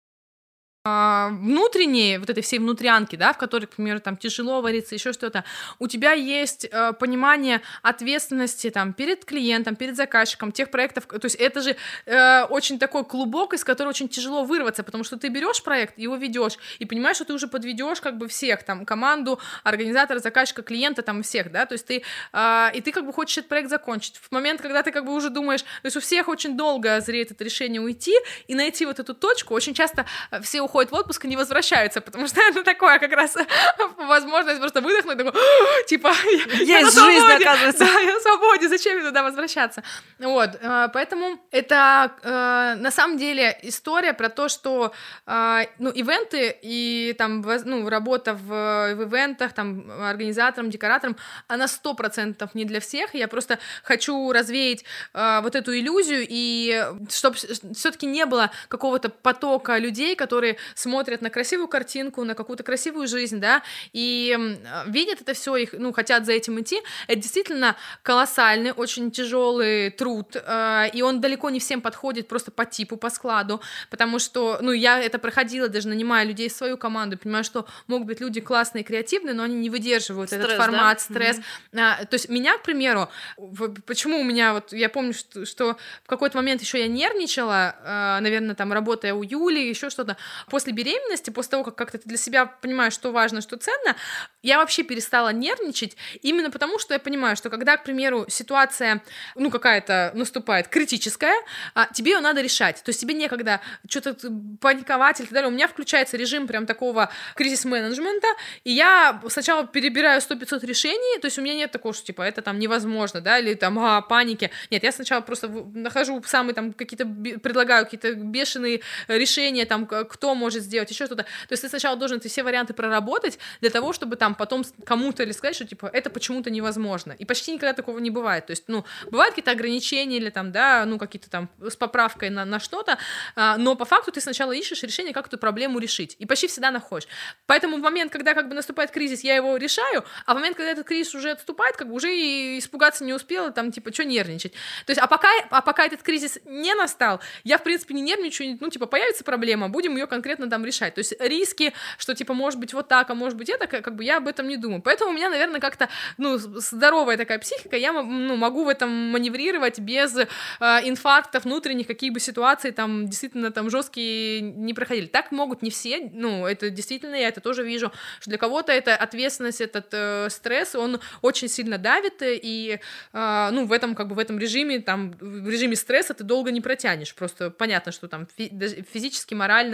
внутренние, вот этой всей внутрянки, да, в которой, к примеру, там тяжело вариться, еще что-то, у тебя есть э, понимание ответственности там перед клиентом, перед заказчиком, тех проектов, то есть это же э, очень такой клубок, из которого очень тяжело вырваться, потому что ты берешь проект, его ведешь, и понимаешь, что ты уже подведешь как бы всех, там, команду, организатора, заказчика, клиента, там, всех, да, то есть ты, э, и ты как бы хочешь этот проект закончить. В момент, когда ты как бы уже думаешь, то есть у всех очень долго зреет это решение уйти и найти вот эту точку, очень часто все уходят в отпуск и не возвращаются, потому что это такое как раз возможность просто выдохнуть, такой, типа, я есть жизнь, оказывается. Да, я на свободе, зачем мне туда возвращаться? Вот, поэтому это на самом деле история про то, что, ну, ивенты и там, ну, работа в, в ивентах, там, организатором, декоратором, она сто процентов не для всех, я просто хочу развеять вот эту иллюзию, и чтобы все-таки не было какого-то потока людей, которые смотрят на красивую картинку, на какую-то красивую жизнь, да, и видят это все, их, ну, хотят за этим идти. Это действительно колоссальный, очень тяжелый труд, э, и он далеко не всем подходит просто по типу, по складу, потому что, ну, я это проходила, даже нанимая людей в свою команду, понимаю, что могут быть люди классные, креативные, но они не выдерживают стресс, этот формат, да? Стресс. Mm-hmm. А, то есть меня, к примеру, почему у меня, вот, я помню, что, что в какой-то момент еще я нервничала, э, наверное, там, работая у Юли, еще что-то. После беременности, после того, как как-то ты для себя понимаешь, что важно, что ценно, я вообще перестала нервничать, именно потому, что я понимаю, что когда, к примеру, ситуация, ну, какая-то наступает критическая, тебе ее надо решать, то есть тебе некогда что-то паниковать и так далее. У меня включается режим прям такого кризис-менеджмента, и я сначала перебираю сто-пятьсот решений, то есть у меня нет такого, что, типа, это там невозможно, да, или там, а, паники. Нет, я сначала просто нахожу самые там какие-то, предлагаю какие-то бешеные решения, там, кто может сделать, еще что-то. То есть ты сначала должен эти все варианты проработать для того, чтобы там потом кому-то или сказать, что типа это почему-то невозможно. И почти никогда такого не бывает. То есть, ну, бывают какие-то ограничения или там, да, ну, какие-то там с поправкой на, на что-то, а, но по факту ты сначала ищешь решение, как эту проблему решить. И почти всегда находишь. Поэтому в момент, когда как бы наступает кризис, я его решаю, а в момент, когда этот кризис уже отступает, как бы уже и испугаться не успела, там, типа, что нервничать. То есть, а пока, а пока этот кризис не настал, я, в принципе, не нервничаю, ну, типа, появится проблема, будем ее конкретно там решать. То есть риски, что типа может быть вот так, а может быть это, как бы я об этом не думаю. Поэтому у меня, наверное, как-то, ну, здоровая такая психика, я, ну, могу в этом маневрировать без э, инфарктов внутренних, какие бы ситуации там действительно там жесткие не проходили. Так могут не все, ну, это действительно, я это тоже вижу, что для кого-то эта ответственность, этот э, стресс, он очень сильно давит, и, э, ну, в этом, как бы, в этом режиме, там, в режиме стресса ты долго не протянешь, просто понятно, что там фи- физически, морально, эмоционально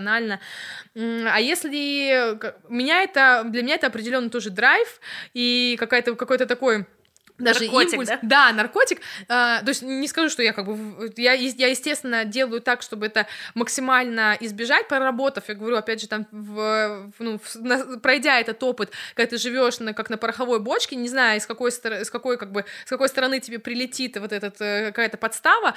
эмоционально. А если... Меня это... Для меня это определенно тоже драйв и какая-то, какой-то такой... Даже наркотик, импульс, да? Да, наркотик. А, то есть не скажу, что я как бы... Я, я, естественно, делаю так, чтобы это максимально избежать, проработав, я говорю, опять же, там, в, ну, в, на, пройдя этот опыт, когда ты живешь на, как на пороховой бочке, не знаю, с какой, с какой, как бы, с какой стороны тебе прилетит вот эта какая-то подстава,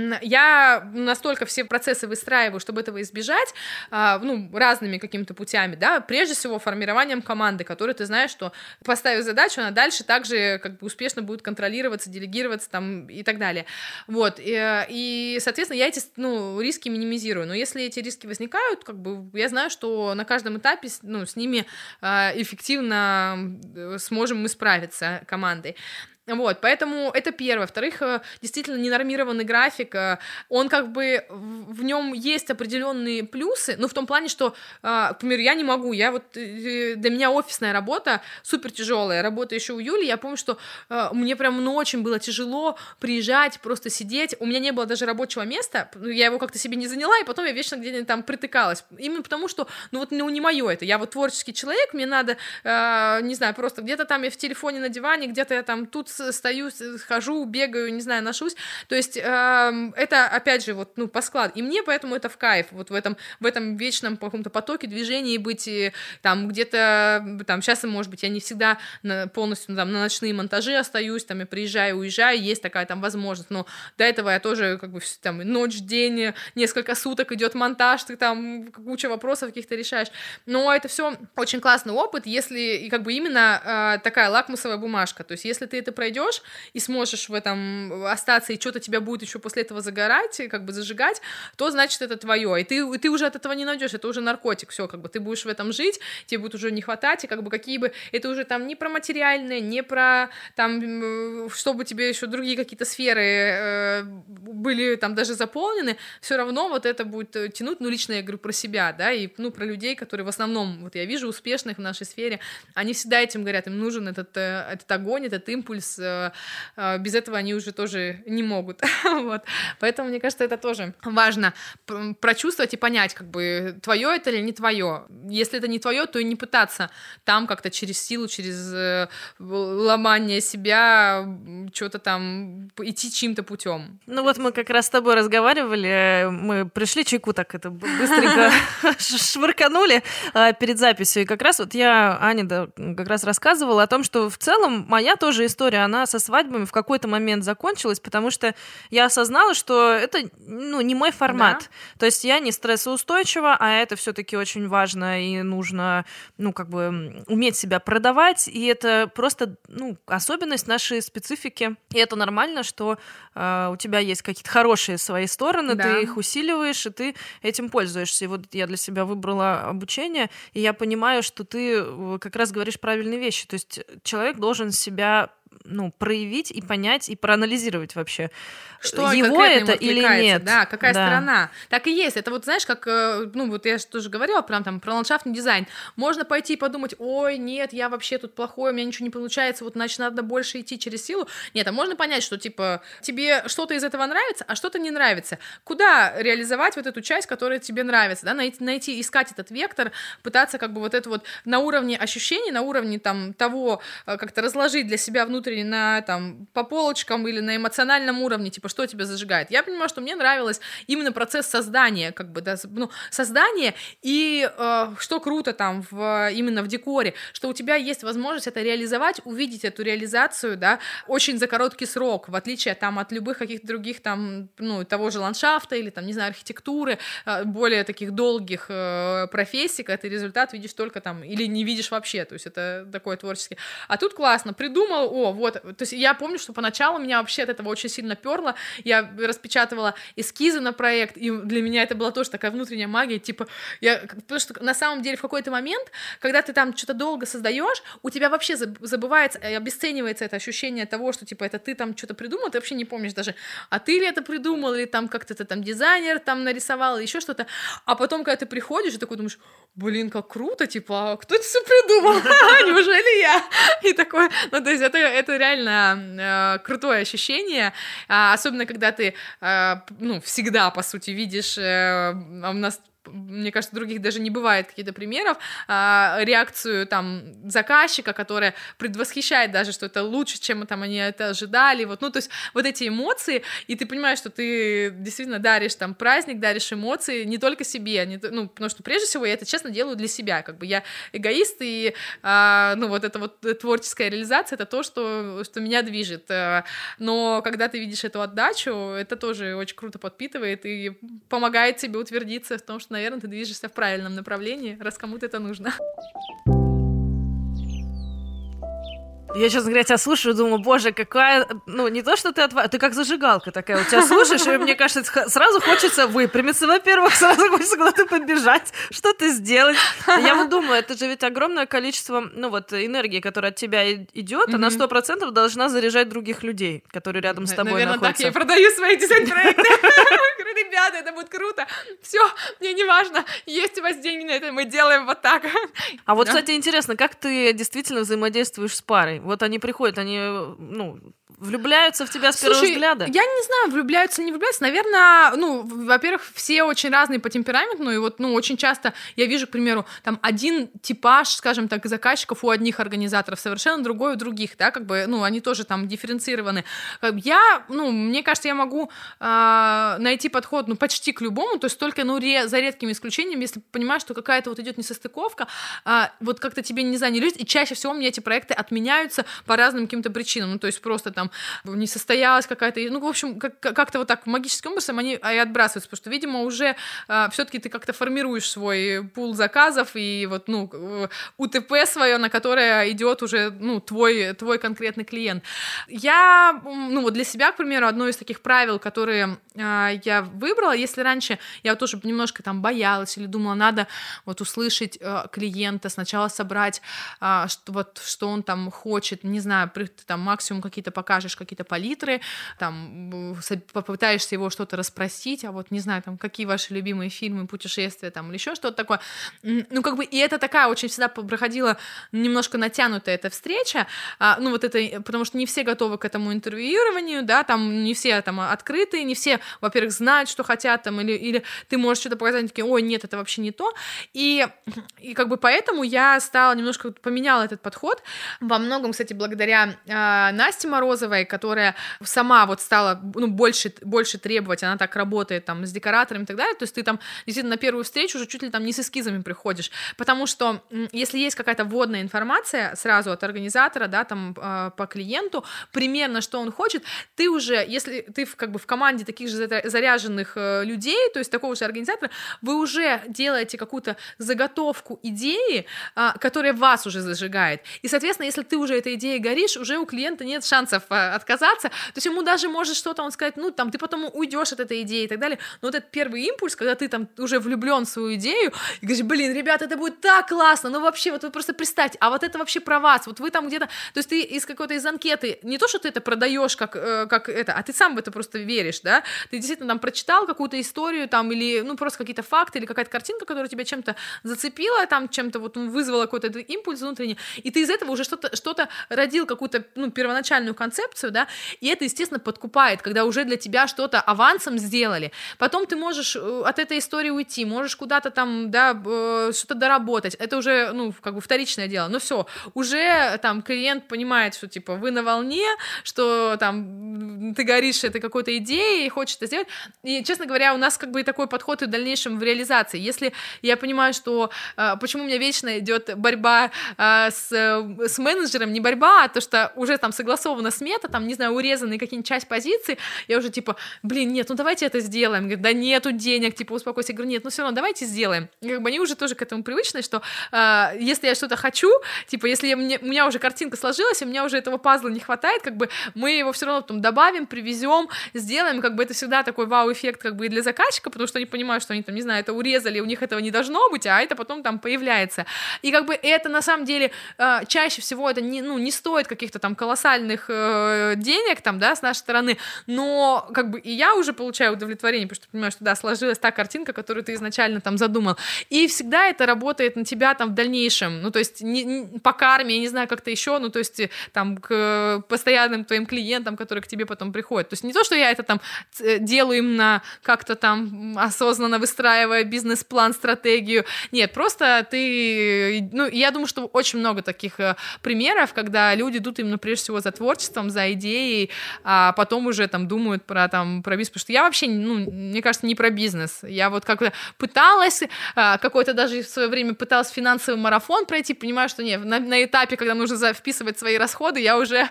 я настолько все процессы выстраиваю, чтобы этого избежать, а, ну, разными какими-то путями, да, прежде всего формированием команды, которой ты знаешь, что поставив задачу, она дальше также как бы успешно будет контролироваться, делегироваться там и так далее. Вот. И, и, соответственно, я эти, ну, риски минимизирую. Но если эти риски возникают, как бы я знаю, что на каждом этапе, ну, с ними э, эффективно сможем мы справиться командой. Вот, поэтому это первое. Во-вторых, действительно ненормированный график, он как бы, в нем есть определенные плюсы, но в том плане, что, к примеру, я не могу, я вот, для меня офисная работа супер тяжелая, работа еще у Юли, я помню, что мне прям ну, очень было тяжело приезжать, просто сидеть, у меня не было даже рабочего места, я его как-то себе не заняла, и потом я вечно где-нибудь там притыкалась, именно потому что, ну вот, ну не мое это, я вот творческий человек, мне надо, не знаю, просто где-то там я в телефоне на диване, где-то я там тут стою, хожу, бегаю, не знаю, ношусь, то есть э, это, опять же, вот, ну, по складу, и мне поэтому это в кайф, вот в этом, в этом вечном каком-то потоке движения быть, и, там, где-то, там, сейчас, может быть, я не всегда на, полностью, там, на ночные монтажи остаюсь, там, я приезжаю, уезжаю, есть такая, там, возможность, но до этого я тоже, как бы, там, ночь, день, несколько суток идет монтаж, ты там куча вопросов каких-то решаешь, но это все очень классный опыт, если, и, как бы, именно э, такая лакмусовая бумажка, то есть, если ты это пройдешь и сможешь в этом остаться, и что-то тебя будет еще после этого загорать, как бы зажигать, то значит это твое, и ты, и ты уже от этого не найдешь, это уже наркотик, все, как бы ты будешь в этом жить, тебе будет уже не хватать, и как бы какие бы, это уже там не про материальное, не про там, чтобы тебе еще другие какие-то сферы э, были там даже заполнены, все равно вот это будет тянуть, ну лично я говорю про себя, да, и ну про людей, которые в основном, вот я вижу успешных в нашей сфере, они всегда этим говорят, им нужен этот, этот огонь, этот импульс, без этого они уже тоже не могут, вот, поэтому мне кажется, это тоже важно прочувствовать и понять, как бы, твое это или не твое, если это не твое, то и не пытаться там как-то через силу, через ломание себя что-то там идти чьим-то путем. Ну вот мы как раз с тобой разговаривали, мы пришли чайку так это быстренько швырканули перед записью, и как раз вот я, Аня, да, как раз рассказывала о том, что в целом моя тоже история, она со свадьбами в какой-то момент закончилась, потому что я осознала, что это, ну, не мой формат. Да. То есть я не стрессоустойчива, а это все-таки очень важно и нужно, ну, как бы уметь себя продавать, и это просто, ну, особенность нашей специфики. И это нормально, что э, у тебя есть какие-то хорошие свои стороны, да. Ты их усиливаешь, и ты этим пользуешься. И вот я для себя выбрала обучение, и я понимаю, что ты как раз говоришь правильные вещи. То есть человек должен себя, ну, проявить и понять, и проанализировать вообще, что его это или нет. Да, какая да. сторона. Так и есть. Это вот, знаешь, как, ну, вот я же тоже говорила прям там про ландшафтный дизайн. Можно пойти и подумать, ой, нет, я вообще тут плохой, у меня ничего не получается, вот, значит, надо больше идти через силу. Нет, а можно понять, что, типа, тебе что-то из этого нравится, а что-то не нравится. Куда реализовать вот эту часть, которая тебе нравится, да, найти, найти, искать этот вектор, пытаться как бы вот это вот на уровне ощущений, на уровне там того, как-то разложить для себя внутренне на, там, по полочкам или на эмоциональном уровне, типа, что тебя зажигает. Я понимаю, что мне нравилось именно процесс создания, как бы, да, ну, создания, и э, что круто там в, именно в декоре, что у тебя есть возможность это реализовать, увидеть эту реализацию, да, очень за короткий срок, в отличие там от любых каких-то других там, ну, того же ландшафта или там, не знаю, архитектуры, э, более таких долгих э, профессий, когда ты результат видишь только там, или не видишь вообще, то есть это такое творческое. А тут классно, придумал, о, вот, то есть я помню, что поначалу меня вообще от этого очень сильно перло, я распечатывала эскизы на проект, и для меня это была тоже такая внутренняя магия, типа, я, потому что на самом деле в какой-то момент, когда ты там что-то долго создаешь, у тебя вообще забывается, обесценивается это ощущение того, что, типа, это ты там что-то придумал, ты вообще не помнишь даже, а ты ли это придумал, или там как-то ты там дизайнер там нарисовал, или еще что-то, а потом, когда ты приходишь, и такой думаешь, блин, как круто, типа, кто это все придумал, неужели я? И такое, ну, то есть это, это реально крутое ощущение, особенно когда ты, ну, всегда, по сути, видишь, у нас мне кажется, других даже не бывает каких-то примеров, а, реакцию там заказчика, которая предвосхищает даже, что это лучше, чем там они это ожидали, вот, ну, то есть вот эти эмоции, и ты понимаешь, что ты действительно даришь там праздник, даришь эмоции не только себе, не, ну, потому что прежде всего я это, честно, делаю для себя, как бы я эгоист, и, а, ну, вот эта вот творческая реализация, это то, что, что меня движет, но когда ты видишь эту отдачу, это тоже очень круто подпитывает и помогает тебе утвердиться в том, что, наверное, ты движешься в правильном направлении, раз кому-то это нужно. Я, честно говоря, тебя слушаю, думаю, боже, какая... Ну, не то, что ты отва... Ты как зажигалка такая. У тебя слушаешь, и мне кажется, сразу хочется выпрямиться, во-первых, сразу хочется куда-то побежать, что-то сделать. Я вот думаю, это же ведь огромное количество, ну, вот, энергии, которая от тебя идет, mm-hmm. она сто процентов должна заряжать других людей, которые рядом с тобой Наверное, находятся. Наверное, так я и продаю свои дизайн-проекты. Ребята, это будет круто. Все, мне не важно, есть у вас деньги на это, мы делаем вот так. А вот, кстати, интересно, как ты действительно взаимодействуешь с парой? Вот они приходят, они, ну, влюбляются в тебя с Слушай, первого взгляда? Я не знаю, влюбляются или не влюбляются. Наверное, ну, во-первых, все очень разные по темпераменту, и вот, ну, очень часто я вижу, к примеру, там один типаж, скажем так, заказчиков у одних организаторов, совершенно другой у других, да, как бы, ну, они тоже там дифференцированы. Я, ну, мне кажется, я могу э, найти подход, ну, почти к любому, то есть только, ну, ре- за редкими исключениями, если понимаешь, что какая-то вот идет несостыковка, э, вот как-то тебе, не знаю, не лезет, и чаще всего у меня эти проекты отменяются по разным каким-то причинам, ну, то есть просто там не состоялась какая-то, ну, в общем, как- как-то вот так магическим образом они и отбрасываются, потому что, видимо, уже э, все-таки ты как-то формируешь свой пул заказов и вот, ну, УТП свое, на которое идет уже, ну, твой, твой конкретный клиент. Я, ну, вот для себя, к примеру, одно из таких правил, которые э, я выбрала, если раньше я вот тоже немножко там боялась или думала, надо вот услышать э, клиента, сначала собрать, э, что, вот, что он там хочет, не знаю, ты там максимум какие-то покажешь, какие-то палитры, там попытаешься его что-то расспросить, а вот, не знаю, там, какие ваши любимые фильмы, путешествия, там, или еще что-то такое. Ну, как бы, и это такая очень всегда проходила немножко натянутая эта встреча, а, ну, вот это, потому что не все готовы к этому интервьюированию, да, там, не все там открыты, не все, во-первых, знают, что хотят, там, или, или ты можешь что-то показать, они такие, ой, нет, это вообще не то, и, и как бы поэтому я стала немножко, поменяла этот подход, во многом, кстати, благодаря э, Насте Морозовой, которая сама вот стала, ну, больше, больше требовать, она так работает там с декораторами и так далее, то есть ты там действительно на первую встречу уже чуть ли там не с эскизами приходишь, потому что если есть какая-то вводная информация сразу от организатора, да, там э, по клиенту, примерно что он хочет, ты уже, если ты в, как бы в команде таких же заряженных э, людей, то есть такого же организатора, вы уже делаете какую-то заготовку идеи, э, которая вас уже зажигает, и, соответственно, если ты уже этой идеей горишь, уже у клиента нет шансов э, отказаться, то есть ему даже может что-то он сказать, ну, там, ты потом уйдешь от этой идеи и так далее, но вот этот первый импульс, когда ты там уже влюблен в свою идею, и говоришь, блин, ребята, это будет так классно, ну, вообще, вот вы просто представьте, а вот это вообще про вас, вот вы там где-то, то есть ты из какой-то из анкеты, не то, что ты это продаешь как, э, как это, а ты сам в это просто веришь, да, ты действительно там прочитал какую-то историю там, или, ну, просто какие-то факты, или какая-то картинка, которая тебя чем-то зацепила, там, чем-то вот вызвала какой-то импульс внутренний, и ты из этого уже что-то, что-то родил, какую-то, ну, первоначальную концепцию, да, и это, естественно, подкупает, когда уже для тебя что-то авансом сделали, потом ты можешь от этой истории уйти, можешь куда-то там, да, что-то доработать, это уже, ну, как бы вторичное дело, но все, уже там клиент понимает, что, типа, вы на волне, что там ты горишь этой какой-то идеей, хочешь это сделать, и, честно говоря, у нас как бы такой подход и в дальнейшем в реализации, если я понимаю, что, почему у меня вечно идет борьба с, с менеджером, не борьба, а то, что уже там согласована смета, там, не знаю, урезанные какие-нибудь часть позиций, я уже, типа, блин, нет, ну давайте это сделаем, говорит, да нету денег, типа, успокойся, я говорю, нет, ну все равно давайте сделаем, и как бы они уже тоже к этому привычны, что э, если я что-то хочу, типа, если я, мне, у меня уже картинка сложилась, и у меня уже этого пазла не хватает, как бы мы его все равно потом добавим, привезем, сделаем, как бы это всегда такой вау-эффект, как бы и для заказчика, потому что они понимают, что они там, не знаю, это урезали, у них этого не должно быть, а это потом там появляется, и как бы это на самом деле э, чаще всего это не, ну, не стоит каких-то там колоссальных э, э, денег там, да, с нашей стороны, но как бы и я уже получаю удовлетворение, потому что понимаю, что да, сложилась та картинка, которую ты изначально там задумал. И всегда это работает на тебя там в дальнейшем, ну, то есть не, не, по карме, я не знаю, как-то еще, ну, то есть там к постоянным твоим клиентам, которые к тебе потом приходят. То есть не то, что я это там делаю именно как-то там осознанно выстраивая бизнес-план, стратегию. Нет, просто ты... Ну, я думаю, что очень много таких примеров, когда люди идут именно прежде всего за творчеством, за идеей, а потом уже там думают про, там, про бизнес. Потому что я вообще, ну, мне кажется, не про бизнес. Я вот как-то пыталась, какой-то даже в свое время пыталась финансовый марафон пройти, понимаю, что нет, на, на этапе, когда нужно вписывать свои расходы, я уже...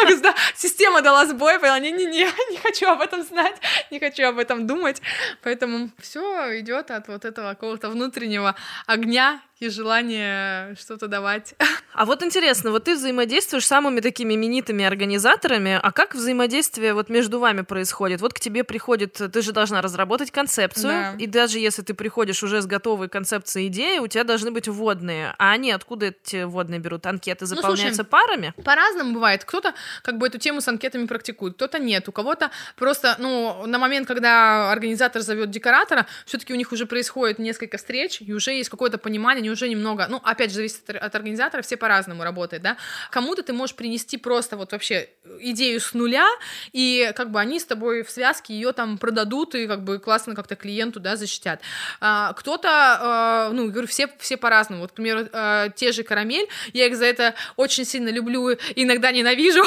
Система дала сбой, поняла, не-не-не, не хочу об этом знать, не хочу об этом думать. Поэтому все идет от вот этого какого-то внутреннего огня и желание что-то давать. А вот интересно, вот ты взаимодействуешь с самыми такими именитыми организаторами, а как взаимодействие вот между вами происходит? Вот к тебе приходит, ты же должна разработать концепцию, да. И даже если ты приходишь уже с готовой концепцией идеи, у тебя должны быть вводные. А они откуда эти вводные берут? Анкеты заполняются ну, слушай, парами? По-разному бывает. Кто-то как бы эту тему с анкетами практикует, кто-то нет. У кого-то просто, ну, на момент, когда организатор зовет декоратора, все-таки у них уже происходит несколько встреч, и уже есть какое-то понимание, уже немного, ну, опять же, зависит от организатора, все по-разному работают, да, кому-то ты можешь принести просто вот вообще идею с нуля, и как бы они с тобой в связке ее там продадут, и как бы классно как-то клиенту, да, защитят. А, кто-то, а, ну, говорю, все, все по-разному, вот, к примеру, а, те же «Карамель», я их за это очень сильно люблю, иногда ненавижу,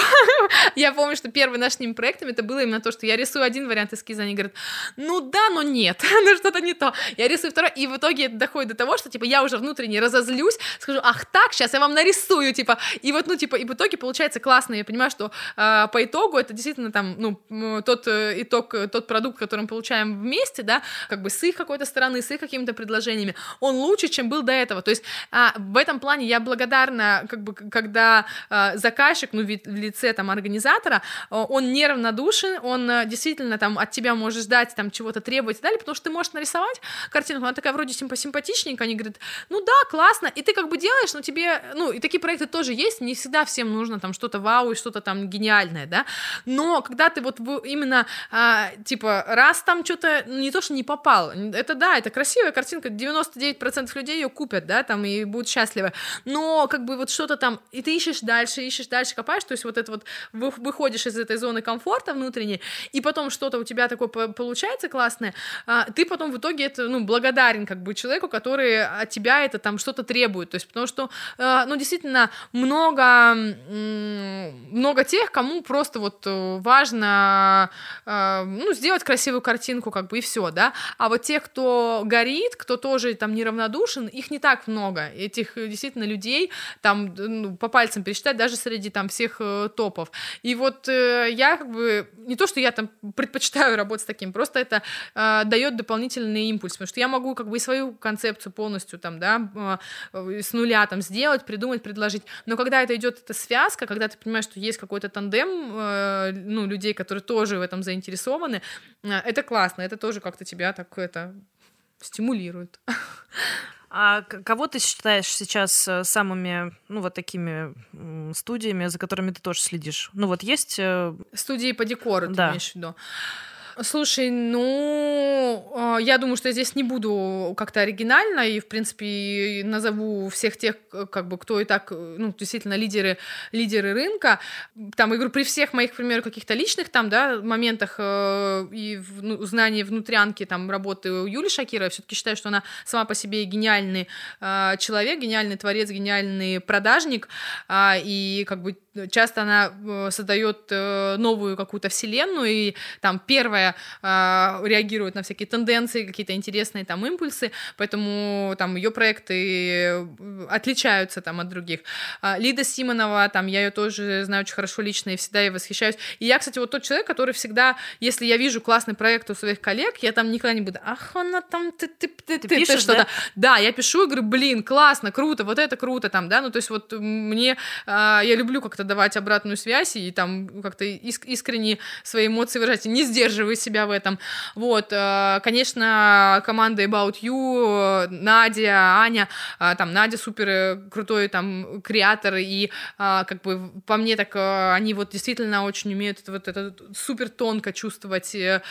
я помню, что первый наш с ними проектом это было именно то, что я рисую один вариант эскиза, они говорят, ну да, но нет, ну что-то не то, я рисую второй, и в итоге это доходит до того, что, типа, я уже внутренне разозлюсь, скажу, ах так, сейчас я вам нарисую, типа, и вот, ну, типа, и в итоге получается классно, я понимаю, что э, по итогу это действительно там, ну, тот э, итог, тот продукт, который мы получаем вместе, да, как бы с их какой-то стороны, с их какими-то предложениями, он лучше, чем был до этого, то есть э, в этом плане я благодарна, как бы, когда э, заказчик, ну, в лице, там, организатора, э, он неравнодушен, он э, действительно, там, от тебя может ждать, там, чего-то требовать и далее, потому что ты можешь нарисовать картинку, она такая вроде симпатичненькая, они говорят, ну, да, классно, и ты как бы делаешь, но тебе, ну, и такие проекты тоже есть, не всегда всем нужно там что-то вау и что-то там гениальное, да, но когда ты вот именно, а, типа, раз там что-то не то, что не попал, это да, это красивая картинка, девяносто девять процентов людей ее купят, да, там, и будут счастливы, но как бы вот что-то там, и ты ищешь дальше, ищешь дальше, копаешь, то есть вот это вот, выходишь из этой зоны комфорта внутренней, и потом что-то у тебя такое получается классное, а, ты потом в итоге это, ну, благодарен как бы человеку, который от тебя это там что-то требует, то есть потому что, э, ну, действительно, много, много тех, кому просто вот важно, э, ну, сделать красивую картинку, как бы, и все, да, а вот тех, кто горит, кто тоже там неравнодушен, их не так много, этих действительно людей там, ну, по пальцам пересчитать, даже среди там всех э, топов, и вот э, я как бы, не то, что я там предпочитаю работать с таким, просто это э, дает дополнительный импульс, потому что я могу как бы и свою концепцию полностью там, да, с нуля там сделать, придумать, предложить. Но когда это идет, эта связка, когда ты понимаешь, что есть какой-то тандем, э, ну, людей, которые тоже в этом заинтересованы, э, это классно, это тоже как-то тебя так это стимулирует. А кого ты считаешь сейчас самыми, ну, вот такими студиями, за которыми ты тоже следишь? Ну, вот есть... Студии по декору, да. Ты имеешь в виду? Слушай, ну, я думаю, что я здесь не буду как-то оригинально и, в принципе, назову всех тех, как бы, кто и так, ну, действительно, лидеры, лидеры рынка. Там, я говорю, при всех моих, к примеру, каких-то личных там, да, моментах э, и в, ну, знании внутрянки там работы у Юли Шакировой, все-таки считаю, что она сама по себе гениальный э, человек, гениальный творец, гениальный продажник, э, и, как бы, часто она создает новую какую-то вселенную, и там первая э, реагирует на всякие тенденции, какие-то интересные там импульсы, поэтому там ее проекты отличаются там от других. А, Лида Симонова, там я ее тоже знаю очень хорошо лично и всегда ей восхищаюсь. И я, кстати, вот тот человек, который всегда, если я вижу классный проект у своих коллег, я там никогда не буду, ах, она там, ты, ты, ты, ты, пишешь, ты что-то. Да? Да, я пишу и говорю, блин, классно, круто, вот это круто там, да, ну то есть вот мне, э, я люблю как-то давать обратную связь и там как-то иск- искренне свои эмоции выражать, не сдерживая себя в этом. Вот, конечно, команда About You, Надя, Аня, там, Надя супер крутой там креатор, и как бы по мне так они вот действительно очень умеют это, вот это супер тонко чувствовать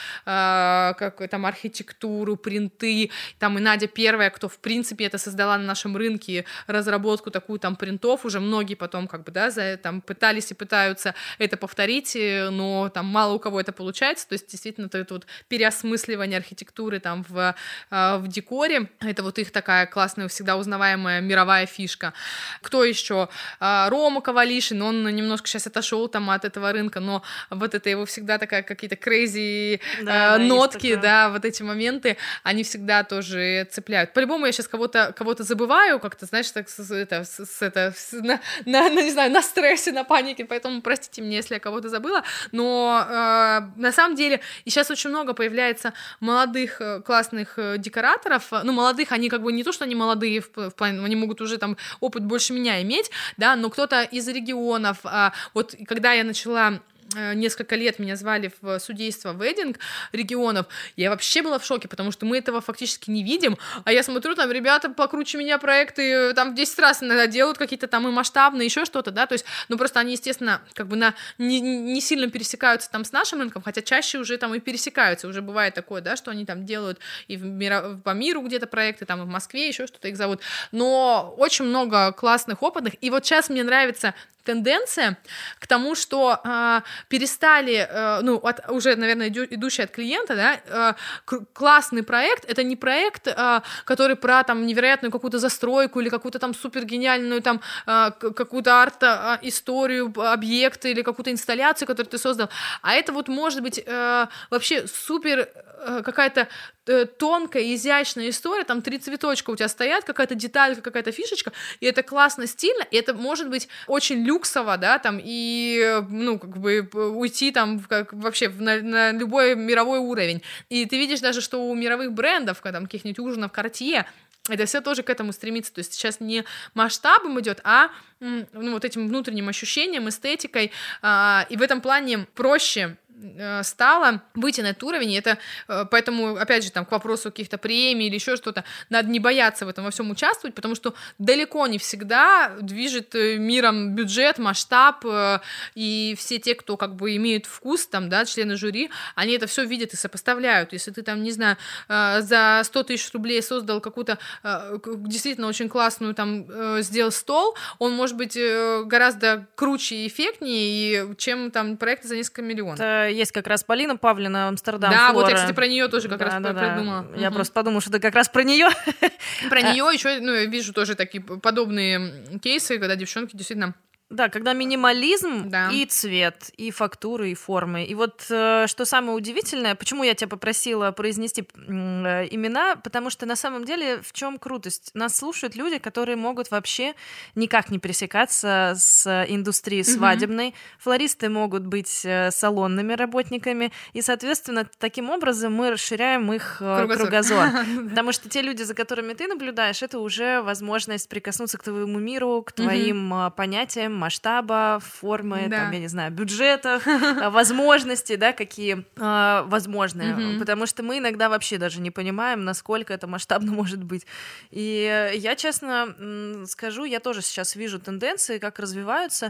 как там архитектуру, принты, там и Надя первая, кто в принципе это создала на нашем рынке, разработку такую там принтов, уже многие потом как бы, да, за, там пытались и пытаются это повторить, но там мало у кого это получается, то есть действительно это вот переосмысливание архитектуры там в, в декоре, это вот их такая классная, всегда узнаваемая мировая фишка. Кто еще? Рома Ковалишин, он немножко сейчас отошел там от этого рынка, но вот это его всегда такая какие-то crazy да, э, нотки, да, вот эти моменты, они всегда тоже цепляют. По-любому я сейчас кого-то, кого-то забываю, как-то, знаешь, так с, это, с, с, это, с, на, на, на, не знаю, на стрессе, на панике, поэтому простите меня, если я кого-то забыла, но э, на самом деле и сейчас очень много появляется молодых классных декораторов, ну, молодых, они как бы не то, что они молодые в, в плане, они могут уже там опыт больше меня иметь, да, но кто-то из регионов, э, вот когда я начала несколько лет меня звали в судейство веддинг регионов, я вообще была в шоке, потому что мы этого фактически не видим, а я смотрю, там ребята покруче меня проекты там в десять раз иногда делают какие-то там и масштабные, еще что-то, да, то есть, ну просто они, естественно, как бы на, не, не сильно пересекаются там с нашим рынком, хотя чаще уже там и пересекаются, уже бывает такое, да, что они там делают и в миро, по миру где-то проекты, там и в Москве еще что-то их зовут, но очень много классных, опытных, и вот сейчас мне нравится тенденция к тому, что э, перестали, э, ну, от, уже, наверное, идю, идущий от клиента, да, э, к- классный проект, это не проект, э, который про, там, невероятную какую-то застройку или какую-то там супергениальную, там, э, какую-то арт-историю, объекта или какую-то инсталляцию, которую ты создал, а это вот может быть э, вообще супер э, какая-то э, тонкая, изящная история, там три цветочка у тебя стоят, какая-то деталька, какая-то фишечка, и это классно, стильно, и это может быть очень люксово, да, там, и, ну, как бы уйти там как, вообще на, на любой мировой уровень. И ты видишь даже, что у мировых брендов, там, каких-нибудь ужинов Cartier, это все тоже к этому стремится. То есть сейчас не масштабом идет, а ну, вот этим внутренним ощущением, эстетикой. И в этом плане проще стало выйти на этот уровень, и это, поэтому, опять же, там, к вопросу каких-то премий или еще что-то, надо не бояться в этом во всем участвовать, потому что далеко не всегда движет миром бюджет, масштаб, и все те, кто как бы имеют вкус, там, да, члены жюри, они это все видят и сопоставляют. Если ты там, не знаю, за сто тысяч рублей создал какую-то действительно очень классную, там, сделал стол, он может быть гораздо круче и эффектнее, чем там проекты за несколько миллионов. Есть как раз Полина Павлина, Амстердам, да, Флора. Вот я, кстати, про нее тоже как да, раз да, придумала. Да. Я угу. просто подумала, что это как раз про нее. Про нее еще, ну, я вижу тоже такие подобные кейсы, когда девчонки действительно... Да, когда минимализм да. и цвет, и фактуры, и формы. И вот э, что самое удивительное, почему я тебя попросила произнести э, имена, потому что на самом деле в чем крутость? Нас слушают люди, которые могут вообще никак не пересекаться с индустрией свадебной. Mm-hmm. Флористы могут быть э, салонными работниками, и, соответственно, таким образом мы расширяем их э, кругозор. кругозор. Потому что те люди, за которыми ты наблюдаешь, это уже возможность прикоснуться к твоему миру, к твоим mm-hmm. понятиям, масштаба, формы, да. там, я не знаю, бюджетов, возможностей, да, какие э, возможны, mm-hmm. потому что мы иногда вообще даже не понимаем, насколько это масштабно может быть. И я, честно скажу, я тоже сейчас вижу тенденции, как развиваются.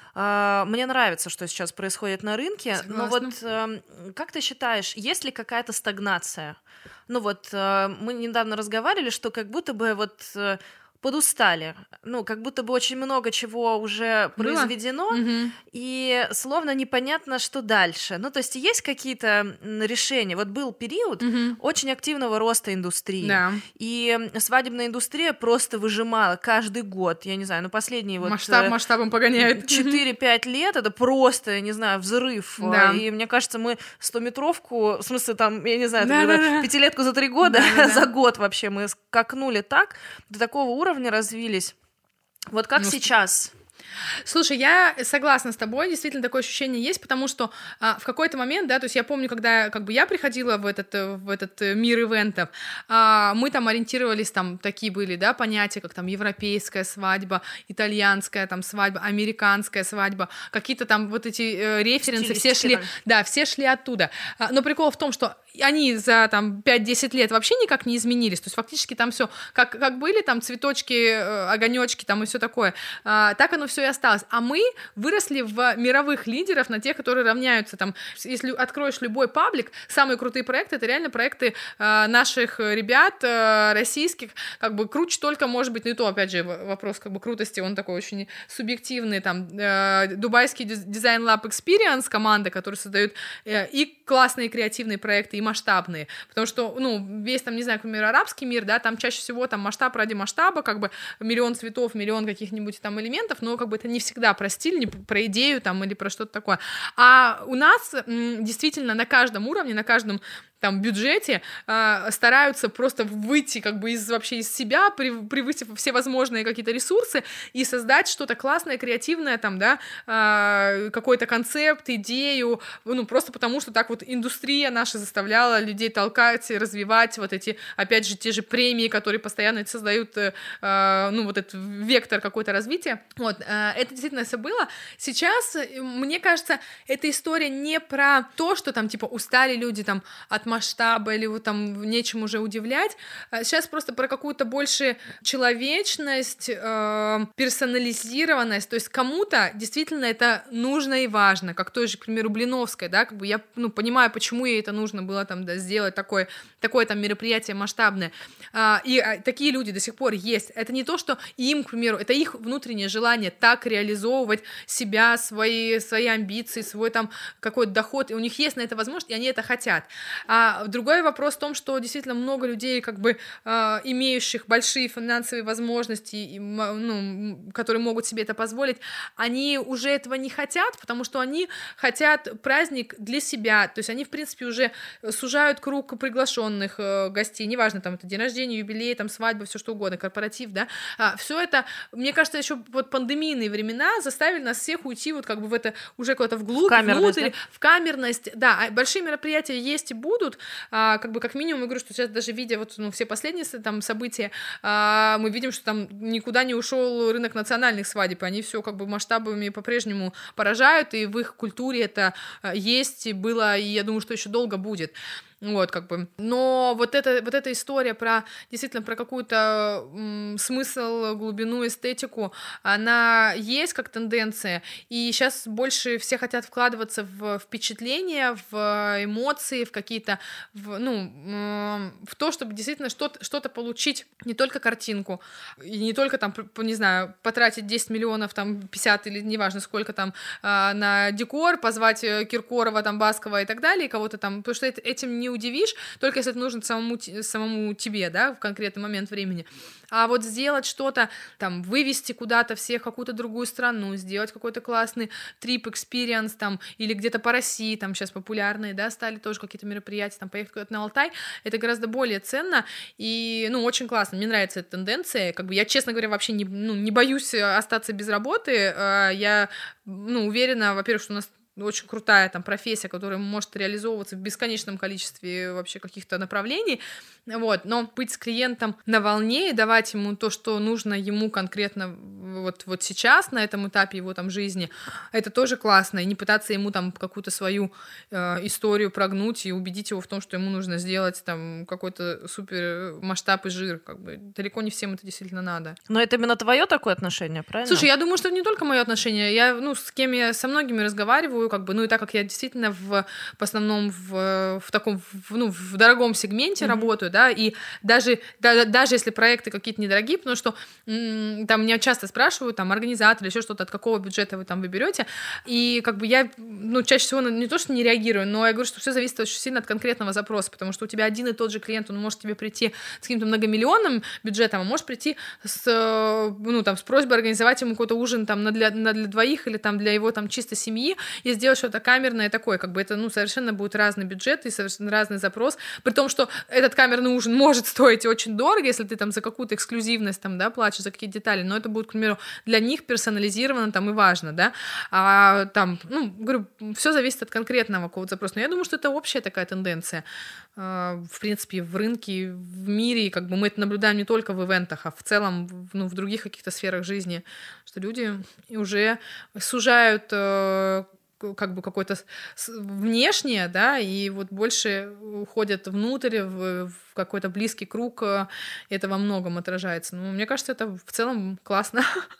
Мне нравится, что сейчас происходит на рынке, Согласна. Но вот как ты считаешь, есть ли какая-то стагнация? Ну вот мы недавно разговаривали, что как будто бы вот подустали. Ну, как будто бы очень много чего уже произведено, угу. и словно непонятно, что дальше. Ну, то есть есть какие-то решения. Вот был период угу. очень активного роста индустрии, да. и свадебная индустрия просто выжимала каждый год, я не знаю, ну, последние вот... Масштаб масштабом погоняет. четыре-пять лет, это просто, я не знаю, взрыв. Да. И мне кажется, мы стометровку, в смысле, там, я не знаю, да, да, да. пятилетку за три года, да, да, за да. год вообще мы скакнули так, до такого уровня развились. Вот как ну, сейчас? Слушай, я согласна с тобой, действительно такое ощущение есть, потому что а, в какой-то момент, да, то есть я помню, когда как бы я приходила в этот, в этот мир ивентов, а, мы там ориентировались, там такие были, да, понятия, как там европейская свадьба, итальянская там свадьба, американская свадьба, какие-то там вот эти э, референсы, все шли, там. да, все шли оттуда. А, но прикол в том, что они за там пять-десять лет вообще никак не изменились, то есть фактически там все как, как были, там цветочки, огонечки там и все такое, а, так оно все и осталось. А мы выросли в мировых лидеров, на тех, которые равняются там, если откроешь любой паблик, самые крутые проекты, это реально проекты э, наших ребят, э, российских, как бы круче только, может быть, ну и то, опять же, вопрос как бы крутости, он такой очень субъективный, там, э, Дубайский Design Lab Experience, команда, которая создает э, и классные креативные проекты, и масштабные, потому что, ну, весь там, не знаю, например, арабский мир, да, там чаще всего там масштаб ради масштаба, как бы миллион цветов, миллион каких-нибудь там элементов, но как бы это не всегда про стиль, не про идею там или про что-то такое. А у нас м, действительно на каждом уровне, на каждом там бюджете э, стараются просто выйти как бы из вообще из себя, превысив все возможные какие-то ресурсы и создать что-то классное, креативное там, да, э, какой-то концепт, идею, ну просто потому что так вот индустрия наша заставляла людей толкать, развивать вот эти, опять же, те же премии, которые постоянно создают, э, ну вот этот вектор какой-то развития. Вот, э, это действительно все было. Сейчас, мне кажется, эта история не про то, что там типа устали люди там от масштаба или вот там нечем уже удивлять. Сейчас просто про какую-то больше человечность, э, персонализированность. То есть кому-то действительно это нужно и важно, как той же, к примеру, Блиновской, да, как бы я, ну, понимаю, почему ей это нужно было там, да, сделать такое, такое там мероприятие масштабное. А, и а, такие люди до сих пор есть. Это не то, что им, к примеру, это их внутреннее желание так реализовывать себя, свои, свои амбиции, свой там какой-то доход, и у них есть на это возможность, и они это хотят. А другой вопрос в том, что действительно много людей, как бы э, имеющих большие финансовые возможности, и, ну, которые могут себе это позволить, они уже этого не хотят, потому что они хотят праздник для себя, то есть они, в принципе, уже сужают круг приглашенных э, гостей, неважно, там, это день рождения, юбилей, там, свадьба, все что угодно, корпоратив, да, а, все это, мне кажется, еще вот пандемийные времена заставили нас всех уйти вот как бы в это, уже куда-то вглубь, в внутрь, да? в камерность, да, большие мероприятия есть и будут, а, как бы как минимум, я говорю, что сейчас даже видя вот, ну, все последние там события, а, мы видим, что там никуда не ушел рынок национальных свадеб, они все как бы масштабами по-прежнему поражают, и в их культуре это есть, и было, и я думаю, что еще долго будет. Вот, как бы. Но вот, это, вот эта история про, действительно, про какую-то м, смысл, глубину, эстетику, она есть как тенденция, и сейчас больше все хотят вкладываться в впечатления, в эмоции, в какие-то, в, ну, в то, чтобы действительно что-то, что-то получить, не только картинку, и не только там, не знаю, потратить десять миллионов, там, пятьдесят или неважно сколько там на декор, позвать Киркорова, там, Баскова и так далее, и кого-то там, потому что этим не удивишь, только если это нужно самому, самому тебе, да, в конкретный момент времени. А вот сделать что-то, там, вывести куда-то всех в какую-то другую страну, сделать какой-то классный трип-экспириенс, там, или где-то по России, там, сейчас популярные, да, стали тоже какие-то мероприятия, там, поехать куда-то на Алтай, это гораздо более ценно, и, ну, очень классно, мне нравится эта тенденция, как бы я, честно говоря, вообще не, ну, не боюсь остаться без работы, я, ну, уверена, во-первых, что у нас очень крутая там профессия, которая может реализовываться в бесконечном количестве вообще каких-то направлений, вот, но быть с клиентом на волне и давать ему то, что нужно ему конкретно вот, вот сейчас, на этом этапе его там жизни, это тоже классно, и не пытаться ему там какую-то свою э, историю прогнуть и убедить его в том, что ему нужно сделать там какой-то супер масштаб и жир, как бы далеко не всем это действительно надо. Но это именно твое такое отношение, правильно? Слушай, я думаю, что это не только мое отношение, я, ну, с кем я со многими разговариваю, как бы, ну и так как я действительно в, в основном в, в таком, в, ну, в дорогом сегменте mm-hmm. работаю, да, и даже, да, даже если проекты какие-то недорогие, потому что м- там меня часто спрашивают, там, организатор или еще что-то, от какого бюджета вы там вы берете, и как бы я, ну, чаще всего не то, что не реагирую, но я говорю, что все зависит очень сильно от конкретного запроса, потому что у тебя один и тот же клиент, он может тебе прийти с каким-то многомиллионным бюджетом, а может прийти с, ну, там, с просьбой организовать ему какой-то ужин там на для, на для двоих или там для его там чисто семьи и сделать что-то камерное такое, как бы это, ну, совершенно будет разный бюджет и совершенно разный запрос, при том, что этот камерный ужин может стоить очень дорого, если ты там за какую-то эксклюзивность там, да, платишь за какие-то детали, но это будет, к примеру, знаю, для них персонализировано там и важно, да, а там, ну, говорю, все зависит от конкретного какого-то запроса, но я думаю, что это общая такая тенденция, в принципе, в рынке, в мире, как бы мы это наблюдаем не только в ивентах, а в целом, ну, в других каких-то сферах жизни, что люди уже сужают как бы какое-то внешнее, да, и вот больше уходят внутрь, в, в какой-то близкий круг, это во многом отражается. Ну, мне кажется, это в целом классно.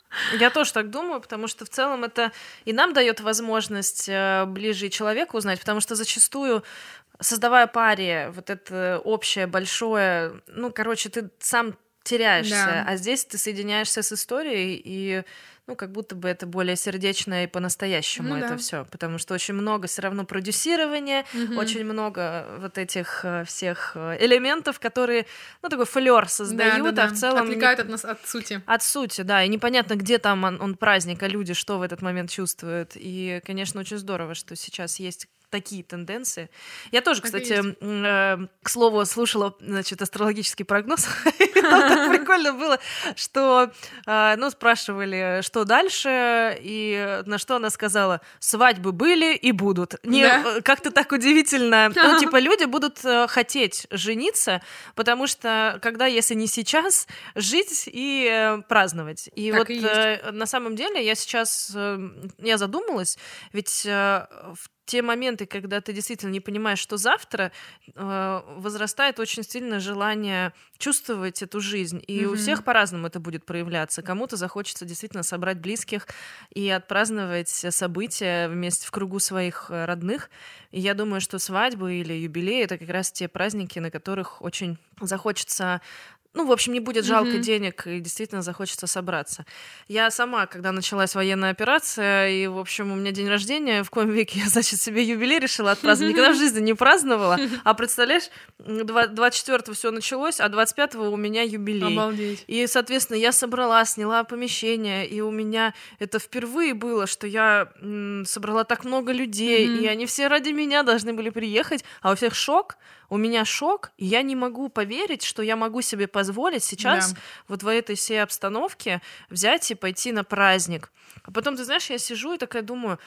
Я тоже так думаю, потому что в целом это и нам дает возможность ближе человека узнать, потому что зачастую, создавая паре, вот это общее, большое, ну, короче, ты сам теряешься, Да. а здесь ты соединяешься с историей, и ну, как будто бы это более сердечно и по-настоящему Ну это да. все, потому что очень много все равно продюсирования, Мгм. очень много вот этих э, всех э, элементов, которые, ну, такой флёр создают, Да, да, а в да. целом Отвлекают не- от нас, от сути. от сути, да, и непонятно, где там он, он праздник, а люди что в этот момент чувствуют. И, конечно, очень здорово, что сейчас есть такие тенденции. Я тоже, Так и кстати, есть. м, э, к слову, слушала, значит, астрологический прогноз. И там так прикольно было, что, э, ну, спрашивали, что дальше, и на что она сказала: свадьбы были и будут. Не, Да. э, как-то так удивительно. Ну, типа, люди будут э, хотеть жениться, потому что, когда, если не сейчас, жить и э, праздновать. И Так вот и есть. э, на самом деле я сейчас, э, я задумалась, ведь э, в те моменты, когда ты действительно не понимаешь, что завтра, э, возрастает очень сильно желание чувствовать эту жизнь. И у Мгм. всех по-разному это будет проявляться. Кому-то захочется действительно собрать близких и отпраздновать события вместе в кругу своих э, родных. И я думаю, что свадьбы или юбилеи — это как раз те праздники, на которых очень захочется. Ну, в общем, не будет жалко Мгм. денег, и действительно захочется собраться. Я сама, когда началась военная операция, и, в общем, у меня день рождения, в коем веке я, значит, себе юбилей решила отпраздновать. Никогда в жизни не праздновала. А представляешь, два- двадцать четвёртого все началось, а двадцать пятого у меня юбилей. Обалдеть. И, соответственно, я собрала, сняла помещение, и у меня это впервые было, что я м, собрала так много людей, Мгм. и они все ради меня должны были приехать, а у всех шок, у меня шок, и я не могу поверить, что я могу себе позволить сейчас Да. вот в этой всей обстановке взять и пойти на праздник. А потом, ты знаешь, я сижу и такая думаю,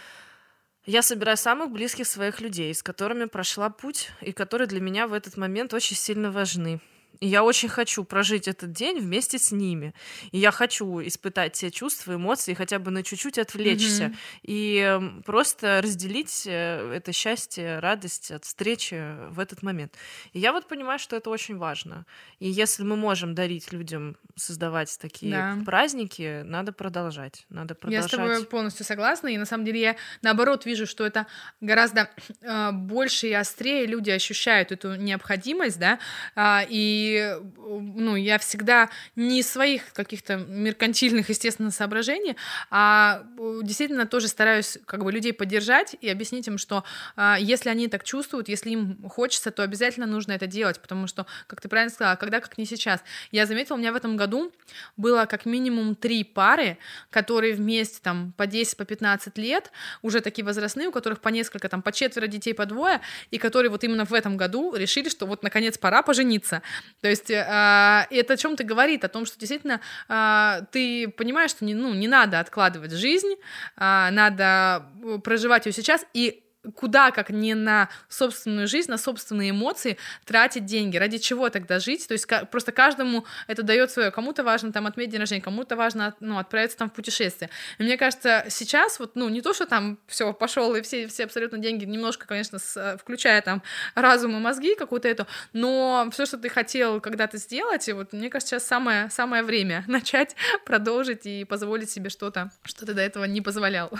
я собираю самых близких своих людей, с которыми прошла путь, и которые для меня в этот момент очень сильно важны. И я очень хочу прожить этот день вместе с ними. И я хочу испытать те чувства, эмоции, хотя бы на чуть-чуть отвлечься. Мгм. И эм, просто разделить э, это счастье, радость от встречи в этот момент. И я вот понимаю, что это очень важно. И если мы можем дарить людям, создавать такие Да. праздники, надо продолжать. Надо Я с тобой продолжать. полностью согласна, и на самом деле я наоборот вижу, что это гораздо э, больше и острее люди ощущают эту необходимость, да, а, и э, ну, я всегда не из своих каких-то меркантильных, естественно, соображений, а э, действительно тоже стараюсь как бы людей поддержать и объяснить им, что э, если они так чувствуют, если им хочется, то обязательно нужно это делать, потому что, как ты правильно сказала, когда как не сейчас. Я заметила, у меня в этом году было как минимум три пары, которые вместе там по десять, по пятнадцать лет, уже такие возрастные, у которых по несколько, там, по четверо детей, по двое, и которые вот именно в этом году решили, что вот, наконец, пора пожениться. То есть э, это о чем-то говорит, о том, что действительно э, ты понимаешь, что не, ну, не надо откладывать жизнь, э, надо проживать ее сейчас, и куда как не на собственную жизнь, на собственные эмоции тратить деньги. Ради чего тогда жить? То есть ка- просто каждому это дает свое. Кому-то важно там отметить день рождения, кому-то важно ну, отправиться там в путешествие. И мне кажется, сейчас вот, ну, не то, что там все пошел и все, все абсолютно деньги, немножко, конечно, с, включая там разум и мозги какую-то эту, но все, что ты хотел когда-то сделать, и вот мне кажется, сейчас самое, самое время начать, продолжить и позволить себе что-то, что ты до этого не позволял.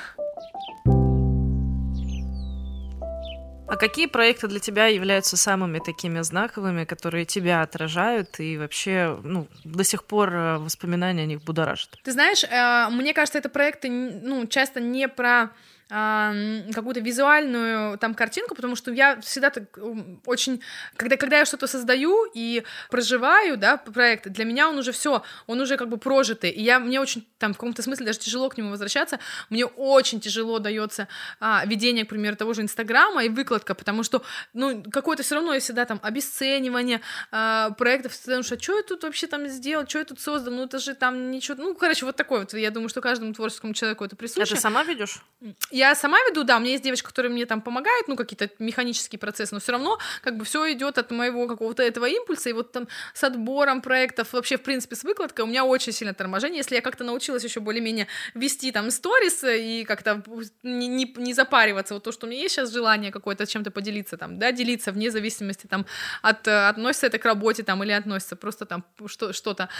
А какие проекты для тебя являются самыми такими знаковыми, которые тебя отражают и вообще, ну, до сих пор э, воспоминания о них будоражат? Ты знаешь, э, мне кажется, это проекты, н- ну, часто не про э, какую-то визуальную там картинку, потому что я всегда так очень... Когда, когда я что-то создаю и проживаю, да, проект, для меня он уже все, он уже как бы прожитый, и я, мне очень там в каком-то смысле даже тяжело к нему возвращаться, мне очень тяжело дается а, ведение, к примеру, того же Инстаграма и выкладка, потому что, ну, какое-то все равно есть всегда там обесценивание а, проектов, потому что что я тут вообще там сделал, что я тут создал, ну, это же там ничего, ну, короче, вот такое вот, я думаю, что каждому творческому человеку это присуще. А ты сама ведешь? Я сама веду, да, у меня есть девочка, которая мне там помогает, ну, какие-то механические процессы, но все равно как бы все идет от моего какого-то этого импульса, и вот там с отбором проектов, вообще, в принципе, с выкладкой у меня очень сильно торможение. Если я как-то научилась еще более-менее вести там сторис и как-то не, не, не запариваться, вот то, что у меня есть сейчас желание какое-то чем-то поделиться, там, да, делиться вне зависимости там от, относится это к работе там или относится просто там что, что-то,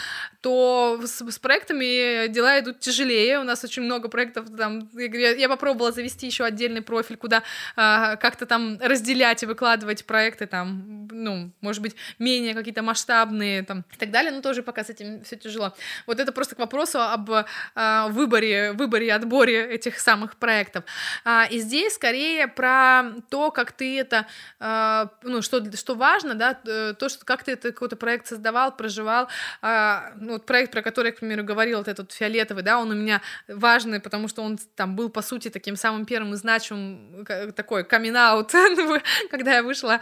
то с, с проектами дела идут тяжелее, у нас очень много проектов там, я, я попробовала завести еще отдельный профиль, куда а, как-то там разделять и выкладывать проекты там, ну, может быть, менее какие-то масштабные там и так далее, но тоже пока с этим все тяжело. Вот это просто к вопросу об а, выборе, выборе и отборе этих самых проектов. А, и здесь скорее про то, как ты это, а, ну, что, что важно, да, то, что как ты это, какой-то проект создавал, проживал. А, ну, вот проект, про который я, к примеру, говорила, вот этот фиолетовый, да, он у меня важный, потому что он там был, по сути, таким самым первым и значимым, такой камин-аут, когда я вышла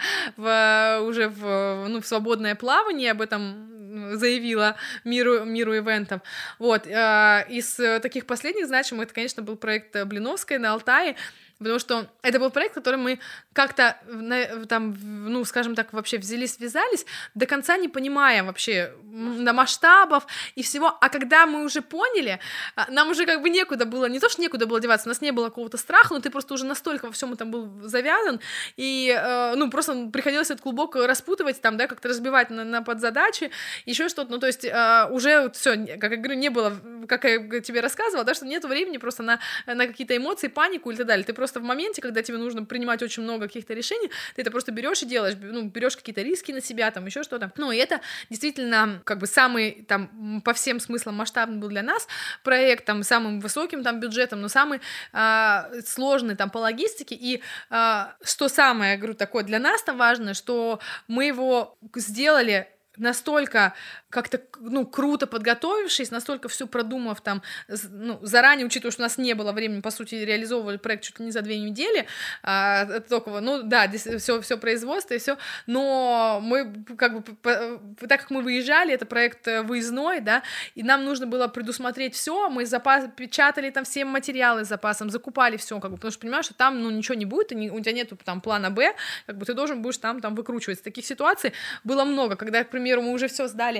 в, уже в, ну, в свободное плавание, об этом заявила миру, миру ивентов. Вот. Из таких последних значимых, это, конечно, был проект Блиновской на Алтае, потому что это был проект, который мы как-то там, ну, скажем так, вообще взялись, ввязались, до конца не понимая вообще на масштабов и всего, а когда мы уже поняли, нам уже как бы некуда было, не то, что некуда было деваться, у нас не было какого-то страха, но ты просто уже настолько во всем этом был завязан, и, ну, просто приходилось этот клубок распутывать, там, да, как-то разбивать на, на подзадачи, еще что-то, ну, то есть уже все, как я говорю, не было, как я тебе рассказывала, да, что нет времени просто на, на какие-то эмоции, панику и так далее, ты просто Просто в моменте, когда тебе нужно принимать очень много каких-то решений, ты это просто берешь и делаешь, ну, берешь какие-то риски на себя, там, еще что-то. Ну, и это действительно, как бы, самый, там, по всем смыслам масштабный был для нас проект, там, самым высоким, там, бюджетом, но самый а, сложный, там, по логистике, и а, что самое, я говорю, такое для нас там важное, что мы его сделали настолько как-то, ну, круто подготовившись, настолько все продумав там, ну, заранее, учитывая, что у нас не было времени, по сути, реализовывали проект чуть ли не за две недели, а, только, ну, да, все, все производство и все, но мы, как бы, по, так как мы выезжали, это проект выездной, да, и нам нужно было предусмотреть все, мы запас, печатали там все материалы с запасом, закупали все, как бы, потому что понимаешь, что там, ну, ничего не будет, и у тебя нету там плана Б, как бы ты должен будешь там, там выкручиваться. Таких ситуаций было много, когда, к примеру, мы уже все сдали,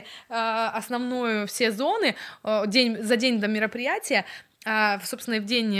основную все зоны день, за день до мероприятия, собственно, в день,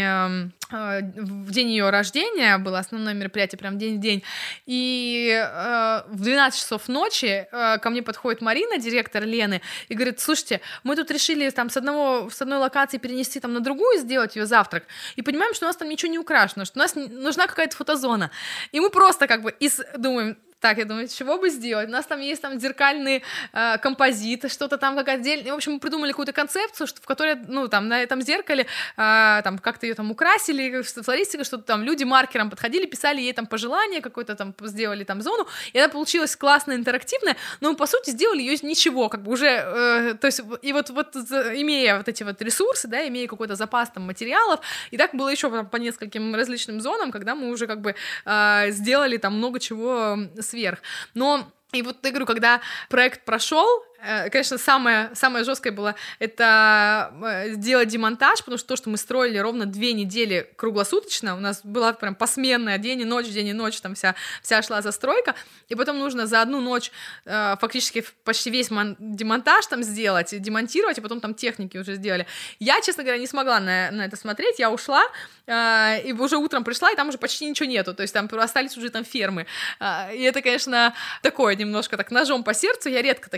в день ее рождения было основное мероприятие, прям день в день, и в двенадцать часов ночи ко мне подходит Марина, директор Лены, и говорит: слушайте, мы тут решили там с, одного, с одной локации перенести там на другую, сделать ее завтрак, и понимаем, что у нас там ничего не украшено, что у нас нужна какая-то фотозона, и мы просто как бы из, думаем, так, я думаю, чего бы сделать? У нас там есть там зеркальные э, композиты, что-то там как отдельно. В общем, мы придумали какую-то концепцию, что, в которой, ну, там, на этом зеркале э, там как-то ее там украсили, флористика, что-то там, люди маркером подходили, писали ей там пожелания, какой-то там, сделали там зону, и она получилась классная, интерактивная, но мы, по сути, сделали ее из ничего, как бы уже, э, то есть, и вот, вот имея вот эти вот ресурсы, да, имея какой-то запас там материалов, и так было еще по нескольким различным зонам, когда мы уже как бы э, сделали там много чего сверх. Но и вот я говорю, когда проект прошел, конечно, самое, самое жесткое было это сделать демонтаж, потому что то, что мы строили ровно две недели круглосуточно, у нас была прям посменная день и ночь, день и ночь, там вся, вся шла застройка, и потом нужно за одну ночь фактически почти весь мон- демонтаж там сделать, демонтировать, и потом там техники уже сделали. Я, честно говоря, не смогла на, на это смотреть, я ушла, и уже утром пришла, и там уже почти ничего нету, то есть там остались уже там фермы, и это, конечно, такое немножко так ножом по сердцу, я редко такие эмоции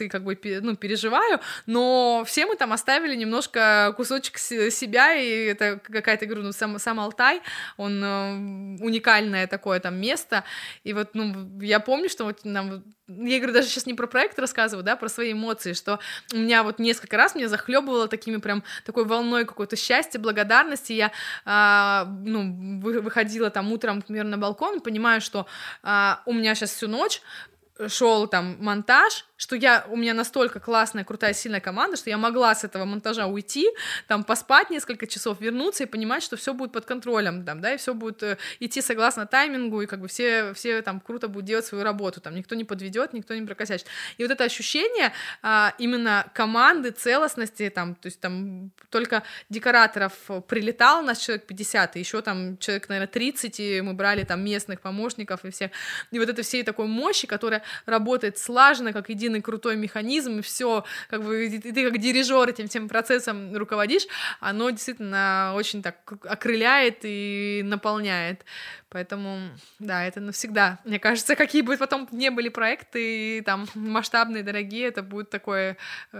эмоции как бы, ну, переживаю, но все мы там оставили немножко кусочек себя, и это какая-то, говорю, ну, сам, сам Алтай, он э, уникальное такое там место, и вот, ну, я помню, что вот нам, я говорю, даже сейчас не про проект рассказываю, да, про свои эмоции, что у меня вот несколько раз меня захлебывало такими прям такой волной какое-то счастья, благодарности, я, э, ну, выходила там утром, например, на балкон, понимаю, что э, у меня сейчас всю ночь шел там монтаж, что я, у меня настолько классная, крутая, сильная команда, что я могла с этого монтажа уйти, там, поспать несколько часов, вернуться и понимать, что все будет под контролем, там, да, и все будет э, идти согласно таймингу, и как бы все, все там круто будут делать свою работу, там, никто не подведет, никто не прокосячит. И вот это ощущение а, именно команды, целостности, там, то есть там только декораторов прилетало, у нас человек пятьдесят, и еще там человек, наверное, тридцать, и мы брали там местных помощников и всех, и вот это всей такой мощи, которая работает слаженно, как единый крутой механизм, и все, как бы, и ты как дирижер этим всем процессом руководишь, оно действительно очень так окрыляет и наполняет. Поэтому, да, это навсегда. Мне кажется, какие бы потом не были проекты, там, масштабные, дорогие, это будет такое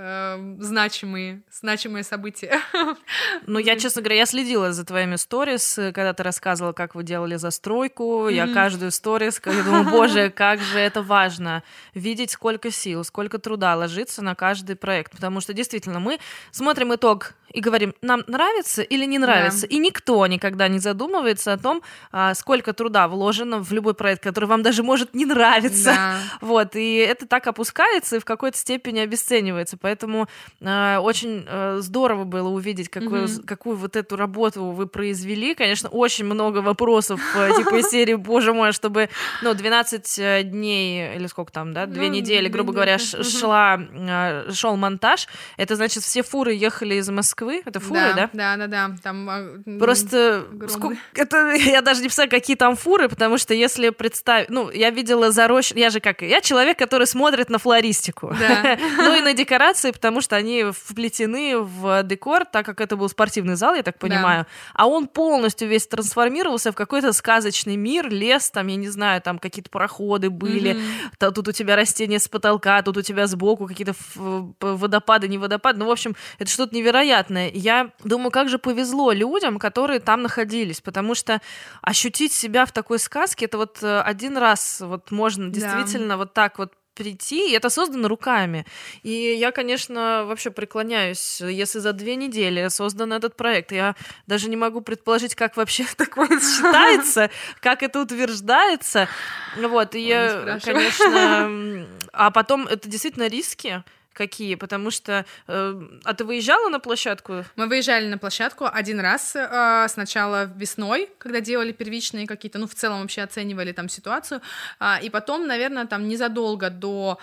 э, значимые, значимые события. Ну, я, честно говоря, я следила за твоими сторис, когда ты рассказывала, как вы делали застройку. Mm-hmm. Я каждую сторис, я думаю, боже, как же это важно, видеть, сколько сил, сколько труда ложится на каждый проект. Потому что, действительно, мы смотрим итог и говорим, нам нравится или не нравится. Yeah. И никто никогда не задумывается о том, сколько труда вложено в любой проект, который вам даже может не нравиться. Yeah. Вот, и это так опускается и в какой-то степени обесценивается. Поэтому э, очень э, здорово было увидеть, какую, mm-hmm. какую вот эту работу вы произвели. Конечно, очень много вопросов, э, типа из серии, боже мой, чтобы, ну, двенадцать дней, или сколько там, да, две ну, недели, грубо говоря, ш- шла, э, шел монтаж. Это значит, все фуры ехали из Москвы. Это фуры, да? Да, да, да. да. Там просто сколько... это я даже не представляю, какие там фуры, потому что если представить... Ну, я видела зарощ... Я же как... Я человек, который смотрит на флористику. Да. Ну и на декорации, потому что они вплетены в декор, так как это был спортивный зал, я так понимаю. Да. А он полностью весь трансформировался в какой-то сказочный мир, лес, там, я не знаю, там какие-то пароходы были, mm-hmm. тут у тебя растения с потолка, тут у тебя сбоку какие-то водопады, не водопады. Ну, в общем, это что-то невероятное. Я думаю, как же повезло людям, которые там находились, потому что ощутить себя в такой сказке, это вот один раз вот можно действительно да. вот так вот прийти, и это создано руками. И я, конечно, вообще преклоняюсь, если за две недели создан этот проект. Я даже не могу предположить, как вообще такое считается, как это утверждается. Вот, и я, конечно... А потом это действительно риски, какие? Потому что... Э, а ты выезжала на площадку? Мы выезжали на площадку один раз. Э, сначала весной, когда делали первичные какие-то... Ну, в целом вообще оценивали там ситуацию. Э, и потом, наверное, там незадолго до,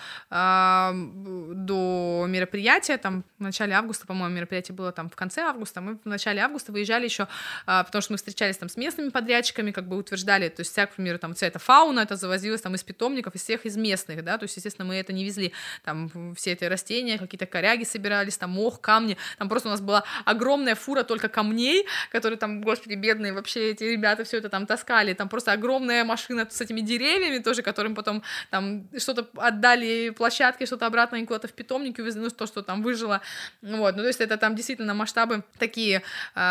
э, до мероприятия, там в начале августа, по-моему, мероприятие было там в конце августа, мы в начале августа выезжали еще, э, потому что мы встречались там с местными подрядчиками, как бы утверждали, то есть вся, к примеру, там вся эта фауна, это завозилась там из питомников, из всех из местных, да, то есть, естественно, мы это не везли, там все эти растения, какие-то коряги собирались, там мох, камни, там просто у нас была огромная фура только камней, которые там, господи, бедные вообще эти ребята все это там таскали, там просто огромная машина с этими деревьями тоже, которым потом там что-то отдали площадке, что-то обратно им куда-то в питомники увезли, ну то, что там выжило, вот, ну то есть это там действительно масштабы такие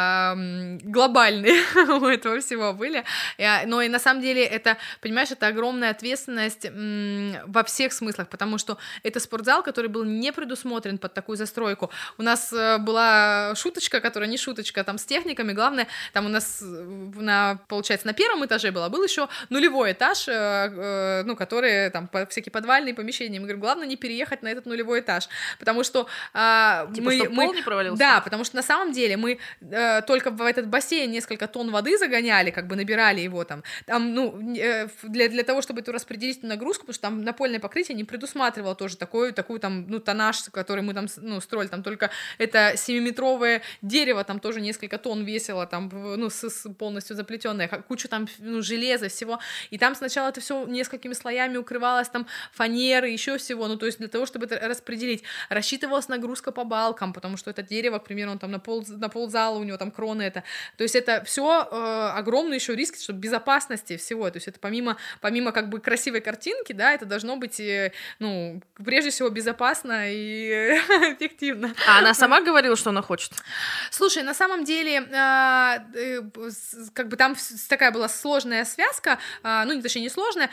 э, глобальные у этого всего были, но и на самом деле это, понимаешь, это огромная ответственность м, во всех смыслах, потому что это спортзал, который был не предусмотрен под такую застройку. У нас э, была шуточка, которая не шуточка, там с техниками, главное, там у нас, на, получается, на первом этаже было, был еще нулевой этаж, э, э, ну, который, там, по, всякие подвальные помещения. Мы говорим, главное не переехать на этот нулевой этаж, потому что э, типа, мы... Чтобы мы пол не провалился? Да, потому что на самом деле мы э, только в этот бассейн несколько тонн воды загоняли, как бы набирали его там, там, ну, э, для, для того, чтобы эту распределительную нагрузку, потому что там напольное покрытие не предусматривало тоже такую, такую там, ну, тоннаж, который мы там, ну, строили, там только это семиметровое дерево, там тоже несколько тонн весило, там, ну, с, с полностью заплетенное, кучу там, ну, железа, всего, и там сначала это все несколькими слоями укрывалось, там, фанеры, еще всего, ну, то есть для того, чтобы это распределить, рассчитывалась нагрузка по балкам, потому что это дерево, к примеру, он там на пол, на ползала, у него там кроны это, то есть это все э, огромный еще риск, чтобы безопасности всего, то есть это помимо, помимо как бы красивой картинки, да, это должно быть, э, ну, прежде всего безопасно быстро и эффективно. А она сама говорила, что она хочет? Слушай, на самом деле, как бы там такая была сложная связка, ну, точнее, не сложная,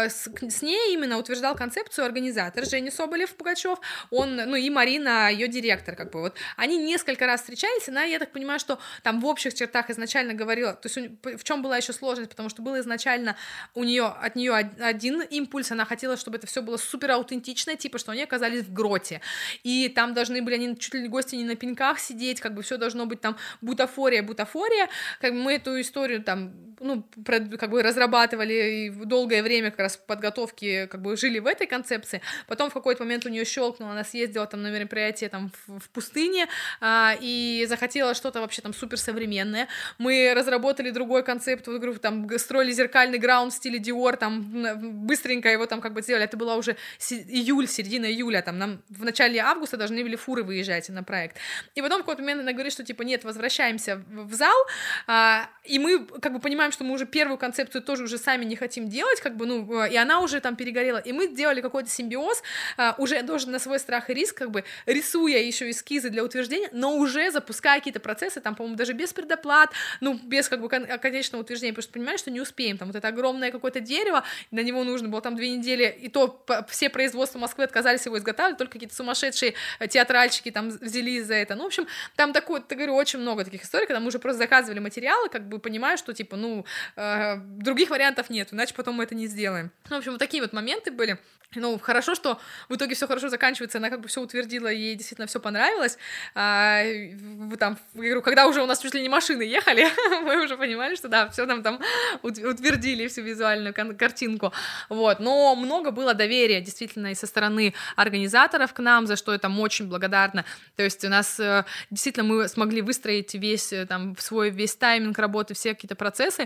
с ней именно утверждал концепцию организатор Женя Соболев-Пугачев, он, ну, и Марина, ее директор, как бы, вот. Они несколько раз встречались, она, я так понимаю, что там в общих чертах изначально говорила, то есть в чем была еще сложность, потому что было изначально у нее от нее один импульс, она хотела, чтобы это все было супер аутентично, типа, что они оказались в гроте, и там должны были они чуть ли гости не на пеньках сидеть, как бы все должно быть там бутафория, бутафория, как бы мы эту историю там, ну, про, как бы разрабатывали и долгое время как раз подготовки, как бы жили в этой концепции, потом в какой-то момент у нее щелкнуло, она съездила там на мероприятие там в, в пустыне а, и захотела что-то вообще там супер современное, мы разработали другой концепт, вот, говорю, там строили зеркальный граунд в стиле Dior, там быстренько его там как бы сделали, это была уже июль, середина июля, там нам в начале августа должны были фуры выезжать на проект, и потом в какой-то момент она говорит, что типа нет, возвращаемся в зал, а, и мы как бы понимаем, что мы уже первую концепцию тоже уже сами не хотим делать, как бы, ну, и она уже там перегорела, и мы сделали какой-то симбиоз, а, уже тоже на свой страх и риск, как бы рисуя еще эскизы для утверждения, но уже запуская какие-то процессы, там, по-моему, даже без предоплат, ну, без как бы кон- конечного утверждения, потому что понимаешь, что не успеем, там вот это огромное какое-то дерево, на него нужно было там две недели, и то по- все производства Москвы отказались его изготавливать, только какие-то сумасшедшие театральщики там взялись за это, ну, в общем, там такое, я говорю, очень много таких историй, когда мы уже просто заказывали материалы, как бы понимаю, что, типа, ну, э, других вариантов нет, иначе потом мы это не сделаем. Ну, в общем, вот такие вот моменты были. Ну, хорошо, что в итоге все хорошо заканчивается, она как бы все утвердила, ей действительно все понравилось. А, там, я говорю, когда уже у нас чуть ли не машины ехали, мы уже понимали, что да, все нам там утвердили, всю визуальную кон- картинку. Вот. Но много было доверия действительно и со стороны организаторов к нам, за что я там очень благодарна. То есть у нас действительно мы смогли выстроить весь там свой весь тайминг работы, все какие-то процессы.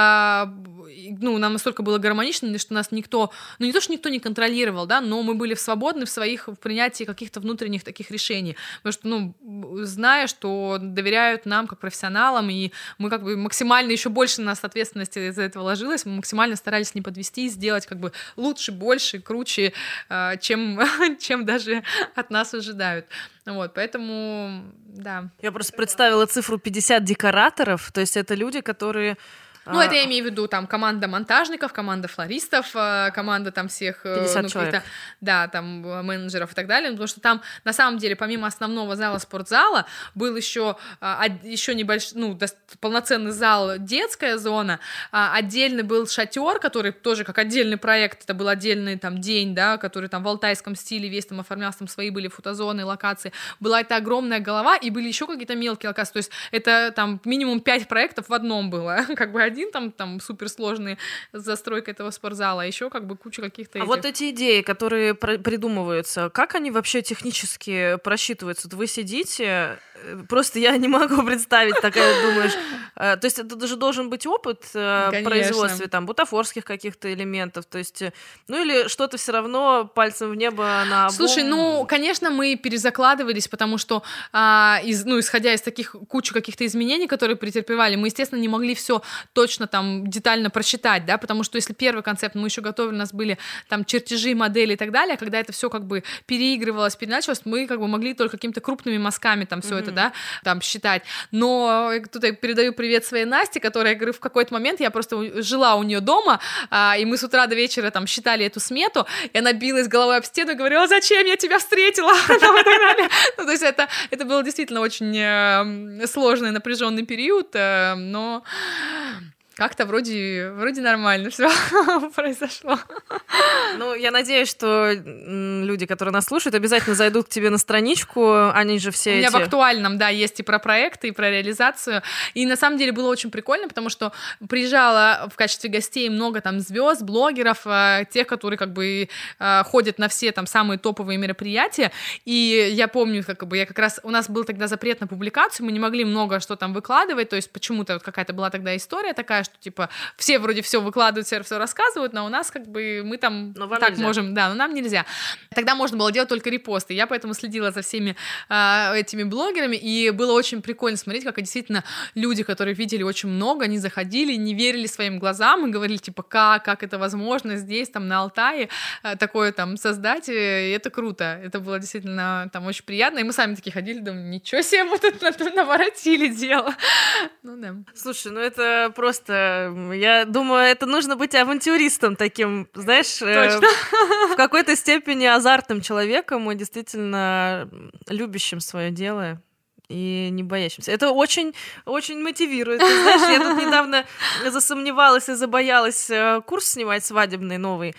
А, ну, нам настолько было гармонично, что нас никто, ну не то, что никто не контролировал, да, но мы были свободны в своих в принятии каких-то внутренних таких решений, потому что, ну, зная, что доверяют нам как профессионалам, и мы как бы максимально еще больше на нас ответственности из-за этого ложилось, мы максимально старались не подвести, сделать как бы лучше, больше, круче, чем, чем даже от нас ожидают. Вот, поэтому, да. Я просто представила цифру пятьдесят декораторов, то есть это люди, которые... Ну, это я имею в виду, там, команда монтажников, команда флористов, команда там всех... пятьдесят ну, человек. Да, там, менеджеров и так далее, потому что там, на самом деле, помимо основного зала спортзала, был еще, еще небольшой, ну, полноценный зал, детская зона, отдельный был шатер, который тоже как отдельный проект, это был отдельный там день, да, который там в алтайском стиле весь там оформлялся, там свои были фотозоны, локации, была эта огромная голова, и были еще какие-то мелкие локации, то есть это там минимум пять проектов в одном было, как бы один там, там суперсложный застройка этого спортзала, а еще как бы куча каких-то А этих... вот эти идеи, которые придумываются, как они вообще технически просчитываются? Вы сидите, просто я не могу представить, такая думаешь, то есть это даже должен быть опыт в производстве там бутафорских каких-то элементов, то есть, ну или что-то все равно пальцем в небо на обум. Слушай, ну, конечно, мы перезакладывались, потому что, а, из, ну, исходя из таких кучи каких-то изменений, которые претерпевали, мы, естественно, не могли все точно там детально просчитать, да, потому что если первый концепт мы еще готовили, у нас были там чертежи, модели и так далее, а когда это все как бы переигрывалось, переначалось, мы как бы могли только какими-то крупными мазками там все mm-hmm. это, да, там считать. Но тут я передаю привет своей Насте, которая, я говорю, в какой-то момент я просто жила у нее дома, а, и мы с утра до вечера там считали эту смету, и она билась головой об стену и говорила: зачем я тебя встретила? Ну, то есть это, это был действительно очень сложный, напряженный период, но как-то вроде, вроде нормально все произошло. Ну, я надеюсь, что люди, которые нас слушают, обязательно зайдут к тебе на страничку, они же все У меня эти... в актуальном, да, есть и про проекты, и про реализацию, и на самом деле было очень прикольно, потому что приезжало в качестве гостей много там звезд, блогеров, тех, которые как бы ходят на все там самые топовые мероприятия, и я помню, как бы я как раз, у нас был тогда запрет на публикацию, мы не могли много что там выкладывать, то есть почему-то вот какая-то была тогда история такая, что, типа, все вроде все выкладывают, все, все рассказывают, но у нас, как бы, мы там так нельзя. можем, да, но нам нельзя. Тогда можно было делать только репосты. Я поэтому следила за всеми э, этими блогерами, и было очень прикольно смотреть, как действительно люди, которые видели очень много, они заходили, не верили своим глазам и говорили, типа, как, как это возможно здесь, там, на Алтае, э, такое там создать, и это круто. Это было действительно там очень приятно, и мы сами такие ходили, думали, ничего себе, вот это наворотили дело. Ну да. Слушай, ну это просто, я думаю, это нужно быть авантюристом таким, знаешь, э, в какой-то степени азартным человеком и действительно любящим свое дело и не боящимся. Это очень, очень мотивирует. Ты знаешь, я тут недавно засомневалась и забоялась курс снимать свадебный новый,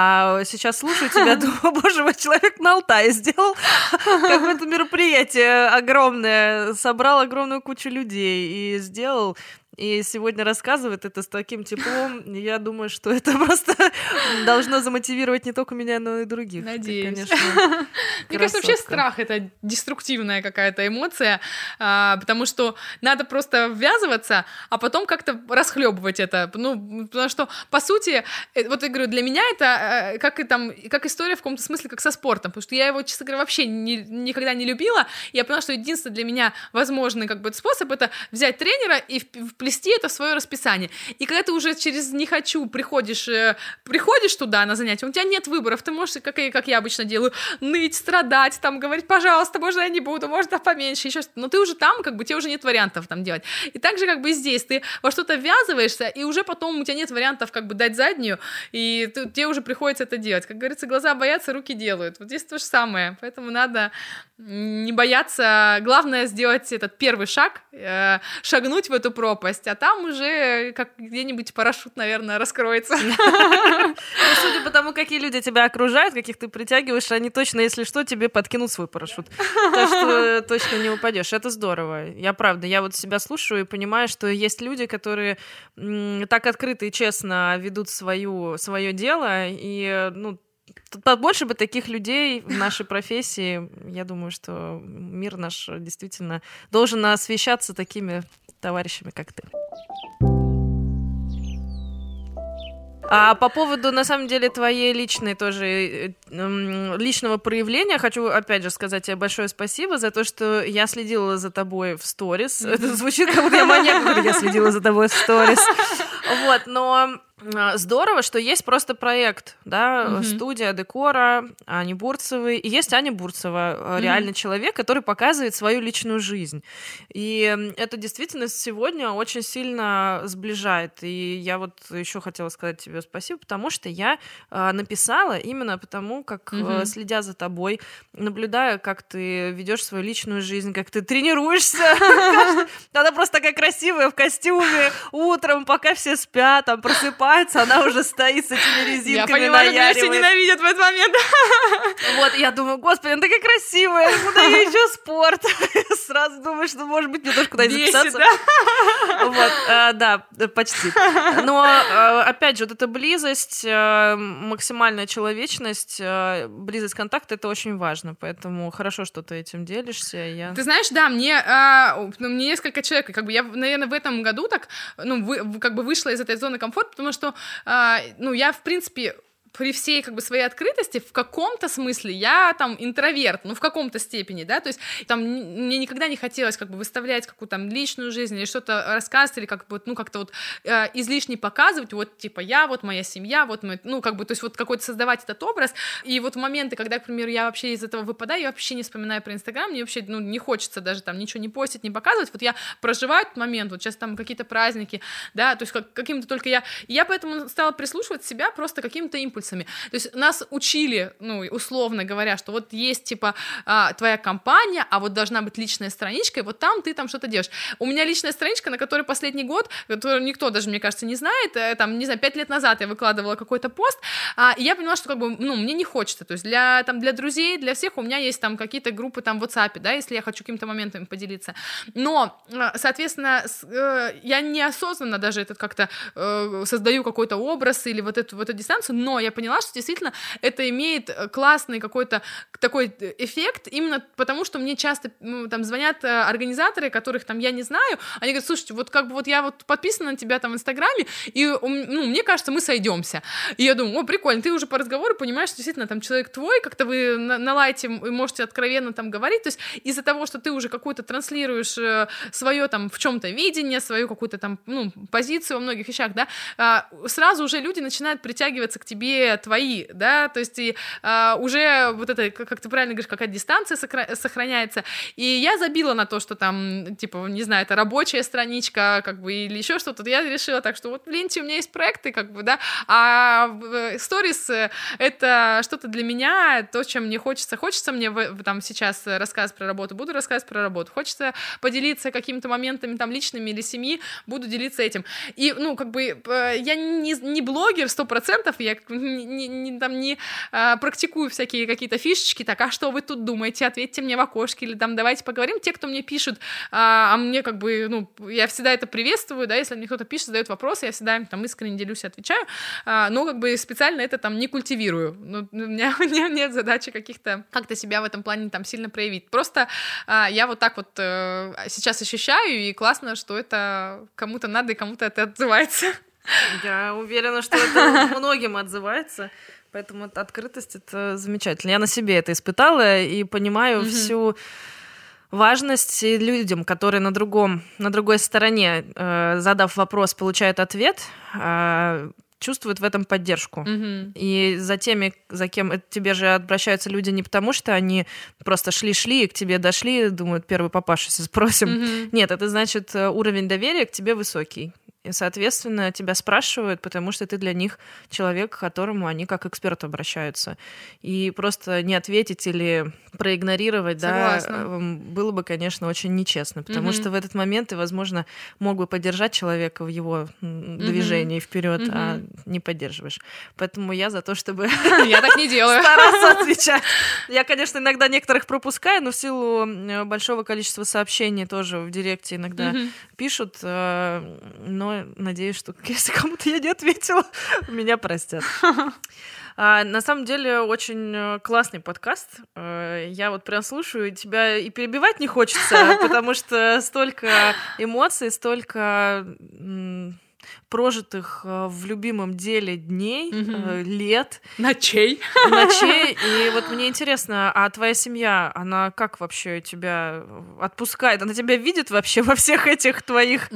а сейчас слушаю тебя, думаю, боже мой, человек на Алтае сделал какое-то мероприятие огромное, собрал огромную кучу людей и сделал. И сегодня рассказывает это с таким теплом. Я думаю, что это просто должно замотивировать не только меня, но и других. Надеюсь. Ты, конечно, мне кажется, вообще страх — это деструктивная какая-то эмоция, потому что надо просто ввязываться, а потом как-то расхлебывать это. Ну, потому что, по сути, вот я говорю, для меня это как, и там, как история в каком-то смысле, как со спортом, потому что я его, честно говоря, вообще не, никогда не любила. Я поняла, что единственный для меня возможный как бы, способ — это взять тренера и вплести это в свое расписание. И когда ты уже через «не хочу» приходишь, э, приходишь туда на занятия, у тебя нет выборов, ты можешь, как, и, как я обычно делаю, ныть, страдать, там, говорить, пожалуйста, можно я не буду, можно поменьше, еще что-то. Но ты уже там, как бы, тебе уже нет вариантов там делать. И так же, как бы, здесь ты во что-то ввязываешься, и уже потом у тебя нет вариантов, как бы, дать заднюю, и ты, тебе уже приходится это делать. Как говорится, глаза боятся, руки делают. Вот здесь то же самое. Поэтому надо не бояться. Главное сделать этот первый шаг, э, шагнуть в эту пропасть, а там уже как где-нибудь парашют, наверное, раскроется. Судя по тому, какие люди тебя окружают, каких ты притягиваешь, они точно, если что, тебе подкинут свой парашют. Так что точно не упадешь. Это здорово. Я правда, я вот себя слушаю и понимаю, что есть люди, которые так открыто и честно ведут свою, свое дело, и, ну, побольше бы таких людей в нашей профессии. Я думаю, что мир наш действительно должен освещаться такими товарищами, как ты. А по поводу, на самом деле, твоей личной тоже, э, э, личного проявления, хочу, опять же, сказать тебе большое спасибо за то, что я следила за тобой в сторис. Mm-hmm. Это звучит, как будто я маньяк, говорю, я следила за тобой в сторис. Вот, но здорово, что есть просто проект, да, mm-hmm. студия декора Ани Бурцевой, и есть Аня Бурцева, mm-hmm. реально человек, который показывает свою личную жизнь. И это действительно сегодня очень сильно сближает. И я вот еще хотела сказать тебе спасибо, потому что я э, написала именно потому, как, mm-hmm. э, следя за тобой, наблюдая, как ты ведешь свою личную жизнь, как ты тренируешься. Она просто такая красивая в костюме утром, пока все спят, там просыпается, она уже стоит с этими резинками, я понимаю, наяривает. Меня все ненавидят в этот момент. Вот, я думаю, господи, она такая красивая, куда ей еще спорт? Сразу думаю, что, может быть, мне тоже куда-нибудь записаться. Да? Вот, а, да, почти. Но, опять же, вот эта близость, максимальная человечность, близость контакта — это очень важно, поэтому хорошо, что ты этим делишься. Я... Ты знаешь, да, мне, а, ну, мне несколько человек, как бы я, наверное, в этом году так, ну, вы, как бы вышла из этой зоны комфорта, потому что, а, ну, я, в принципе, при всей, как бы, своей открытости, в каком-то смысле я там интроверт, ну, в каком-то степени, да, то есть там мне никогда не хотелось, как бы, выставлять какую-то там личную жизнь или что-то рассказывать, или как бы, ну, как-то вот э, излишне показывать, вот, типа, я, вот моя семья, вот, мой, ну, как бы, то есть вот какой-то создавать этот образ, и вот в моменты, когда, к примеру, я вообще из этого выпадаю, я вообще не вспоминаю про Инстаграм, мне вообще, ну, не хочется даже там ничего не постить, не показывать, вот я проживаю этот момент, вот сейчас там какие-то праздники, да, то есть как, каким-то только я, и я поэтому стала прислушивать себя просто каким-то импульсом. То есть нас учили, ну, условно говоря, что вот есть, типа, твоя компания, а вот должна быть личная страничка, и вот там ты там что-то делаешь. У меня личная страничка, на которой последний год, которую никто даже, мне кажется, не знает, там, не знаю, пять лет назад я выкладывала какой-то пост, и я поняла, что, как бы, ну, мне не хочется. То есть для, там, для друзей, для всех у меня есть там какие-то группы там в WhatsApp, да, если я хочу какими-то моментами поделиться. Но, соответственно, я неосознанно даже этот как-то создаю какой-то образ или вот эту, вот эту дистанцию, но я я поняла, что действительно это имеет классный какой-то такой эффект, именно потому, что мне часто ну, там звонят организаторы, которых там я не знаю, они говорят, слушайте, вот как бы вот я вот подписана на тебя там в Инстаграме, и ну, мне кажется, мы сойдемся. И я думаю, о, прикольно, ты уже по разговору понимаешь, что действительно там человек твой, как-то вы на, на лайте можете откровенно там говорить, то есть из-за того, что ты уже какую-то транслируешь свое там в чем-то видение, свою какую-то там ну, позицию во многих вещах, да, сразу уже люди начинают притягиваться к тебе твои, да, то есть и уже вот это, как ты правильно говоришь, какая-то дистанция сохраняется. И я забила на то, что там, типа, не знаю, это рабочая страничка, как бы, или еще что-то. Я решила так, что вот в ленте у меня есть проекты, как бы, да, а сторис — это что-то для меня, то, чем мне хочется. Хочется мне в, там сейчас рассказывать про работу, буду рассказывать про работу. Хочется поделиться какими-то моментами там личными или семьи, буду делиться этим. И, ну, как бы, я не, не блогер сто процентов, я не, не, там не а, практикую всякие какие-то фишечки, так, а что вы тут думаете, ответьте мне в окошке, или там давайте поговорим. Те, кто мне пишут, а, а мне как бы, ну, я всегда это приветствую, да, если мне кто-то пишет, задает вопросы, я всегда им там искренне делюсь и отвечаю, а, но как бы специально это там не культивирую. Ну, у меня, у меня нет задачи каких-то, как-то себя в этом плане там сильно проявить. Просто а, я вот так вот а, сейчас ощущаю, и классно, что это кому-то надо, и кому-то это отзывается. Я уверена, что это многим отзывается. Поэтому открытость — это замечательно. Я на себе это испытала и понимаю mm-hmm. всю важность людям, которые на другом, на другой стороне, э, задав вопрос, получают ответ, э, чувствуют в этом поддержку. Mm-hmm. И за теми, за кем к тебе же обращаются люди не потому, что они просто шли-шли и к тебе дошли, думают, первый попавшийся спросим. Mm-hmm. Нет, это значит, уровень доверия к тебе высокий. И, соответственно, тебя спрашивают, потому что ты для них человек, к которому они как к эксперту обращаются. И просто не ответить или проигнорировать, Согласна. Да, было бы, конечно, очень нечестно, потому mm-hmm. что в этот момент ты, возможно, мог бы поддержать человека в его движении mm-hmm. вперед, mm-hmm. а не поддерживаешь. Поэтому я за то, чтобы я так не делаю. Стараться отвечать. Я, конечно, иногда некоторых пропускаю, но в силу большого количества сообщений тоже в директе иногда пишут, но надеюсь, что если кому-то я не ответила, меня простят. А, на самом деле очень классный подкаст. Я вот прям слушаю, тебя и перебивать не хочется, потому что столько эмоций, столько м- прожитых в любимом деле дней, mm-hmm. лет. Ночей. Ночей. И вот мне интересно, а твоя семья, она как вообще тебя отпускает? Она тебя видит вообще во всех этих твоих...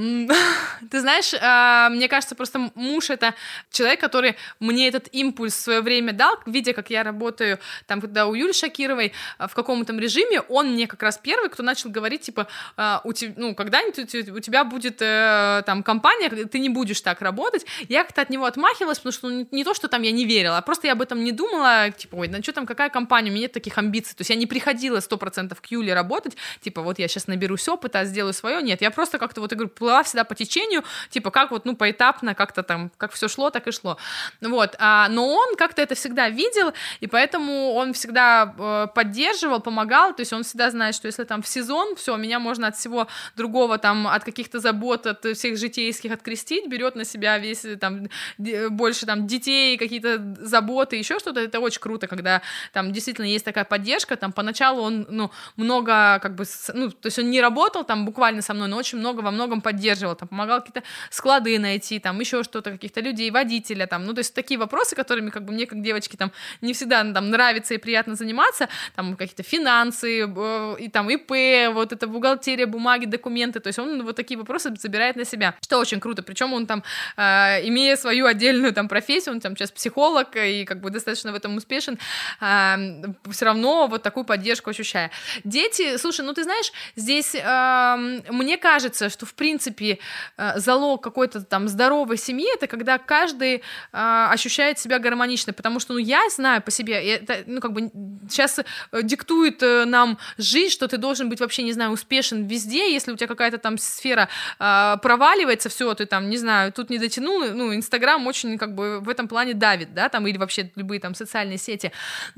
Ты знаешь, мне кажется, просто муж — это человек, который мне этот импульс в свое время дал, видя, как я работаю там, когда у Юли Шакировой в каком-то режиме, он мне как раз первый, кто начал говорить, типа, у тебя, ну, когда-нибудь у тебя будет там компания, ты не будешь так работать. Я как-то от него отмахивалась, потому что ну, не то, что там я не верила, а просто я об этом не думала, типа, ой, ну что там, какая компания, у меня нет таких амбиций, то есть я не приходила сто процентов к Юле работать, типа, вот я сейчас наберусь опыта, сделаю свое, нет, я просто как-то вот, я говорю, плыла всегда по течению, типа, как вот, ну, поэтапно, как-то там, как все шло, так и шло, вот, а, но он как-то это всегда видел, и поэтому он всегда э, поддерживал, помогал, то есть он всегда знает, что если там в сезон, все, меня можно от всего другого, там, от каких-то забот, от всех житейских открестить, берет на себя весь там больше там детей, какие-то заботы, еще что-то. Это очень круто, когда там действительно есть такая поддержка. Там поначалу он, ну, много как бы, ну, то есть он не работал там буквально со мной, но очень много во многом поддерживал, там помогал какие-то склады найти, там еще что-то, каких-то людей, водителя, там, ну, то есть такие вопросы, которыми как бы мне как девочке там не всегда там нравится и приятно заниматься, там какие-то финансы, э, и там ИП, вот это бухгалтерия, бумаги, документы, то есть он вот такие вопросы забирает на себя, что очень круто, причем он там, э, имея свою отдельную там профессию, он там сейчас психолог и как бы достаточно в этом успешен, э, все равно вот такую поддержку ощущая. Дети, слушай, ну ты знаешь, здесь э, мне кажется, что в принципе э, залог какой-то там здоровой семьи — это когда каждый э, ощущает себя гармонично, потому что, ну, я знаю по себе, это, ну, как бы сейчас диктует нам жизнь, что ты должен быть вообще, не знаю, успешен везде, если у тебя какая-то там сфера э, проваливается, все, ты там, не знаю, тут не дотянул, ну, Инстаграм очень как бы в этом плане давит, да, там, или вообще любые там социальные сети,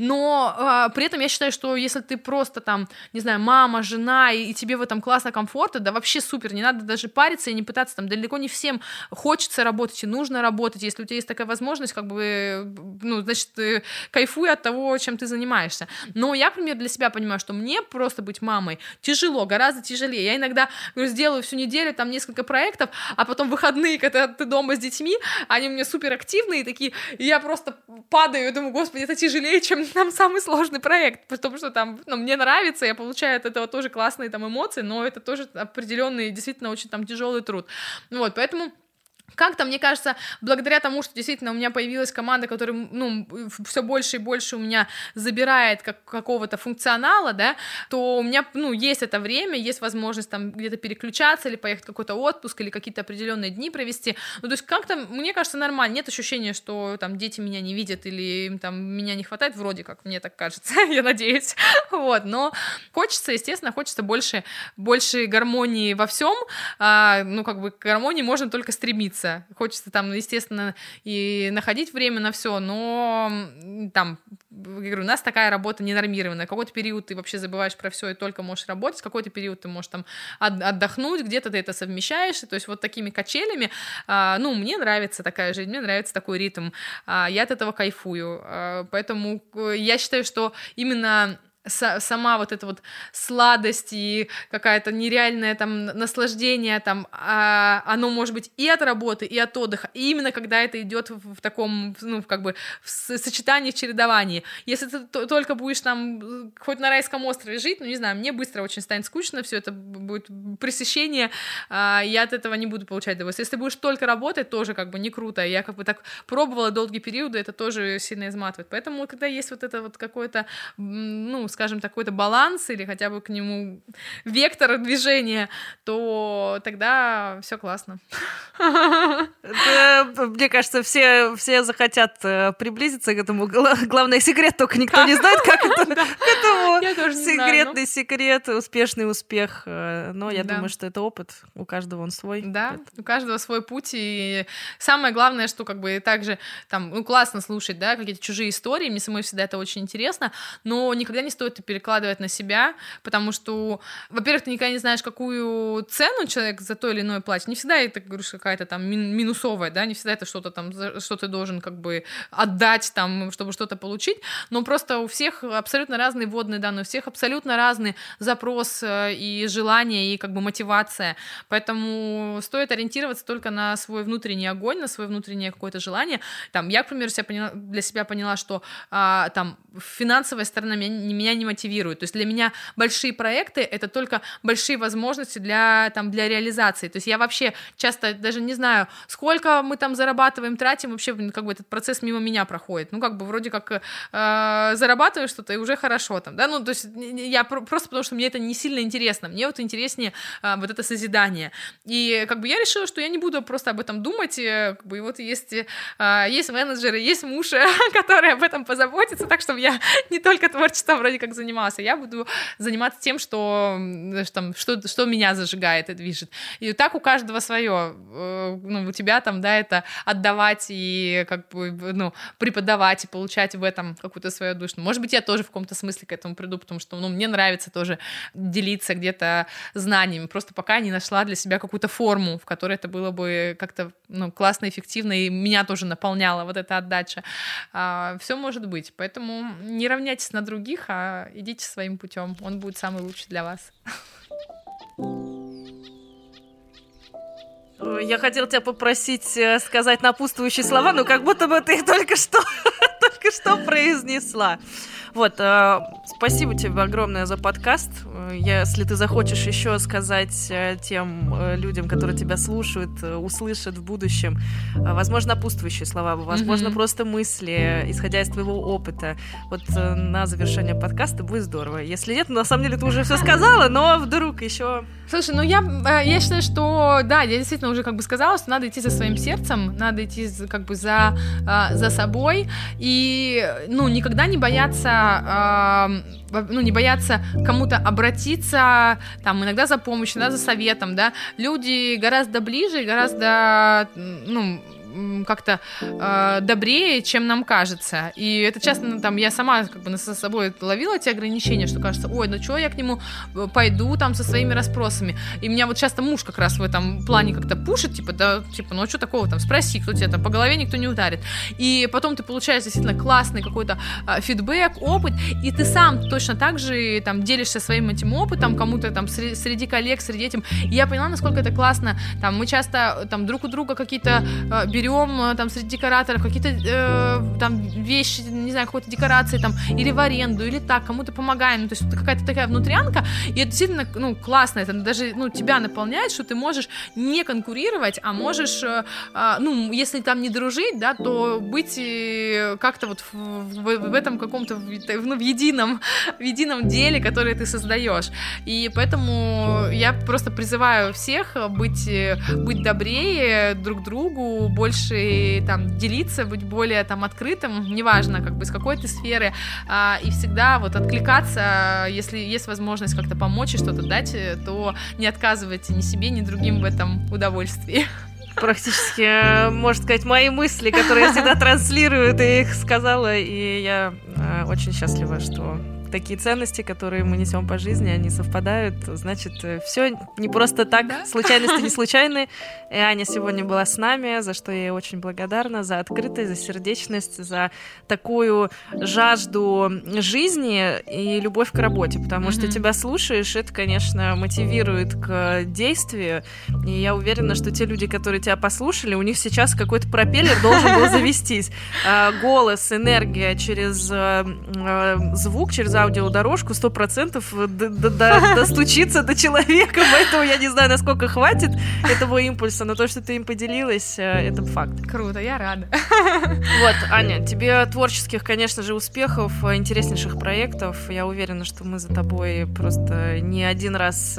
но а, при этом я считаю, что если ты просто там, не знаю, мама, жена, и, и тебе в этом классно, комфортно, да вообще супер, не надо даже париться и не пытаться, там, далеко не всем хочется работать и нужно работать, если у тебя есть такая возможность, как бы, ну, значит, кайфуй от того, чем ты занимаешься. Но я, например, для себя понимаю, что мне просто быть мамой тяжело, гораздо тяжелее. Я иногда, говорю, сделаю всю неделю там несколько проектов, а потом выходные, когда ты дома с детьми, они у меня суперактивные такие, и я просто падаю и думаю, господи, это тяжелее, чем там самый сложный проект, потому что там, ну, мне нравится, я получаю от этого тоже классные там эмоции, но это тоже определенный, действительно, очень там тяжелый труд. Вот, поэтому как-то, мне кажется, благодаря тому, что действительно у меня появилась команда, которая, ну, все больше и больше у меня забирает как, какого-то функционала, да, то у меня, ну, есть это время, есть возможность там где-то переключаться или поехать в какой-то отпуск, или какие-то определенные дни провести. Ну, то есть как-то, мне кажется, нормально. Нет ощущения, что там дети меня не видят или им там меня не хватает, вроде как, мне так кажется, я надеюсь. Вот, но хочется, естественно, хочется больше, больше гармонии во всем. А, ну, как бы к гармонии можно только стремиться. Хочется там, естественно, и находить время на все, но там, я говорю, у нас такая работа ненормированная. Какой-то период ты вообще забываешь про все и только можешь работать, какой-то период ты можешь там отдохнуть, где-то ты это совмещаешь, то есть вот такими качелями, ну, мне нравится такая жизнь, мне нравится такой ритм, я от этого кайфую, поэтому я считаю, что именно сама вот эта вот сладость и какая-то нереальное там наслаждение, там, а, оно может быть и от работы, и от отдыха, и именно когда это идет в, в таком, ну, как бы в сочетании, в чередовании. Если ты только будешь там хоть на райском острове жить, ну, не знаю, мне быстро очень станет скучно, все это будет пресыщение, а, я от этого не буду получать удовольствие. Если ты будешь только работать, тоже как бы не круто. Я как бы так пробовала долгие периоды, это тоже сильно изматывает. Поэтому, когда есть вот это вот какое-то, ну, скажем, такой-то баланс или хотя бы к нему вектор движения, то тогда все классно. Это, мне кажется, все, все захотят приблизиться к этому. Главный секрет, только никто не знает, как это, к этому. Секретный секрет, успешный успех. Но я думаю, что это опыт. У каждого он свой. Да, у каждого свой путь. И самое главное, что как бы также там, ну, классно слушать, да, какие-то чужие истории. Мне самой всегда это очень интересно. Но никогда не стоит это перекладывать на себя, потому что, во-первых, ты никогда не знаешь, какую цену человек за то или иное платит. Не всегда это, говоришь, какая-то там минусовая, да, не всегда это что-то там, что ты должен как бы отдать там, чтобы что-то получить, но просто у всех абсолютно разные вводные данные, у всех абсолютно разный запрос и желание, и как бы мотивация, поэтому стоит ориентироваться только на свой внутренний огонь, на свое внутреннее какое-то желание. Там, я, к примеру, себя поняла, для себя поняла, что а, там финансовая сторона меня, меня не мотивирует. То есть для меня большие проекты — это только большие возможности для, там, для реализации. То есть я вообще часто даже не знаю, сколько мы там зарабатываем, тратим, вообще как бы этот процесс мимо меня проходит. Ну, как бы вроде как э, зарабатываю что-то, и уже хорошо там, да, ну, то есть я просто потому, что мне это не сильно интересно. Мне вот интереснее э, вот это созидание. И как бы я решила, что я не буду просто об этом думать, и, как бы, и вот есть, э, есть менеджеры, есть муж, который об этом позаботится, так, чтобы я не только творчеством вроде как занималась, а я буду заниматься тем, что, там, что, что меня зажигает и движет. И так у каждого свое. Ну, у тебя там, да, это отдавать и как бы, ну, преподавать и получать в этом какую-то свою душу. Может быть, я тоже в каком-то смысле к этому приду, потому что, ну, мне нравится тоже делиться где-то знаниями. Просто пока не нашла для себя какую-то форму, в которой это было бы как-то, ну, классно, эффективно, и меня тоже наполняла вот эта отдача. А, все может быть. Поэтому не равняйтесь на других, а идите своим путем. Он будет самый лучший для вас. Я хотела тебя попросить сказать напутствующие слова, но как будто бы ты их только что, только что произнесла. Вот, э, спасибо тебе огромное за подкаст. Если ты захочешь еще сказать тем людям, которые тебя слушают, услышат в будущем, возможно, напутствующие слова, возможно, mm-hmm. просто мысли, исходя из твоего опыта, вот на завершение подкаста будет здорово. Если нет, на самом деле ты уже все сказала, но вдруг еще... Слушай, ну я, я считаю, что да, я действительно уже как бы сказала, что надо идти за своим сердцем, надо идти как бы за, за собой и, ну, никогда не бояться бояться, э, ну, не бояться кому-то обратиться, там, иногда за помощью, иногда за советом, да, люди гораздо ближе, гораздо, ну, как-то э, добрее, чем нам кажется. И это часто, ну, там, я сама как бы на собой ловила эти ограничения, что кажется, ой, ну что я к нему пойду там со своими расспросами. И меня вот часто муж как раз в этом плане как-то пушит, типа, да, типа, ну а что такого там, спроси, кто тебя там по голове никто не ударит. И потом ты получаешь действительно классный какой-то э, фидбэк, опыт, и ты сам точно так же там делишься своим этим опытом кому-то там среди, среди коллег, среди этим. И я поняла, насколько это классно. Там мы часто там друг у друга какие-то э, берем там среди декораторов какие-то э, там вещи, не знаю, какой-то декорации там, или в аренду, или так, кому-то помогаем, ну, то есть какая-то такая внутрянка, и это действительно, ну, классно, это даже, ну, тебя наполняет, что ты можешь не конкурировать, а можешь, э, э, ну, если там не дружить, да, то быть э, как-то вот в, в, в этом каком-то, ну, в едином, в едином деле, которое ты создаешь, и поэтому я просто призываю всех быть, быть добрее друг другу, больше там делиться, быть более там открытым, неважно, как бы из какой ты сферы, а, и всегда вот откликаться, если есть возможность как-то помочь и что-то дать, то не отказывайте ни себе, ни другим в этом удовольствии. Практически, можно сказать, мои мысли, которые я всегда транслирую, ты их сказала, и я э, очень счастлива, что такие ценности, которые мы несем по жизни, они совпадают. Значит, все не просто так, да? Случайности не случайны. И Аня сегодня была с нами, за что я ей очень благодарна, за открытость, за сердечность, за такую жажду жизни и любовь к работе, потому mm-hmm. что тебя слушаешь, это, конечно, мотивирует к действию. И я уверена, что те люди, которые тебя послушали, у них сейчас какой-то пропеллер должен был завестись. Голос, энергия через звук, через аудиодорожку сто процентов достучиться до человека, поэтому я не знаю, насколько хватит этого импульса, но то, что ты им поделилась, это факт. Круто, я рада. Вот, Аня, тебе творческих, конечно же, успехов, интереснейших проектов. Я уверена, что мы за тобой просто не один раз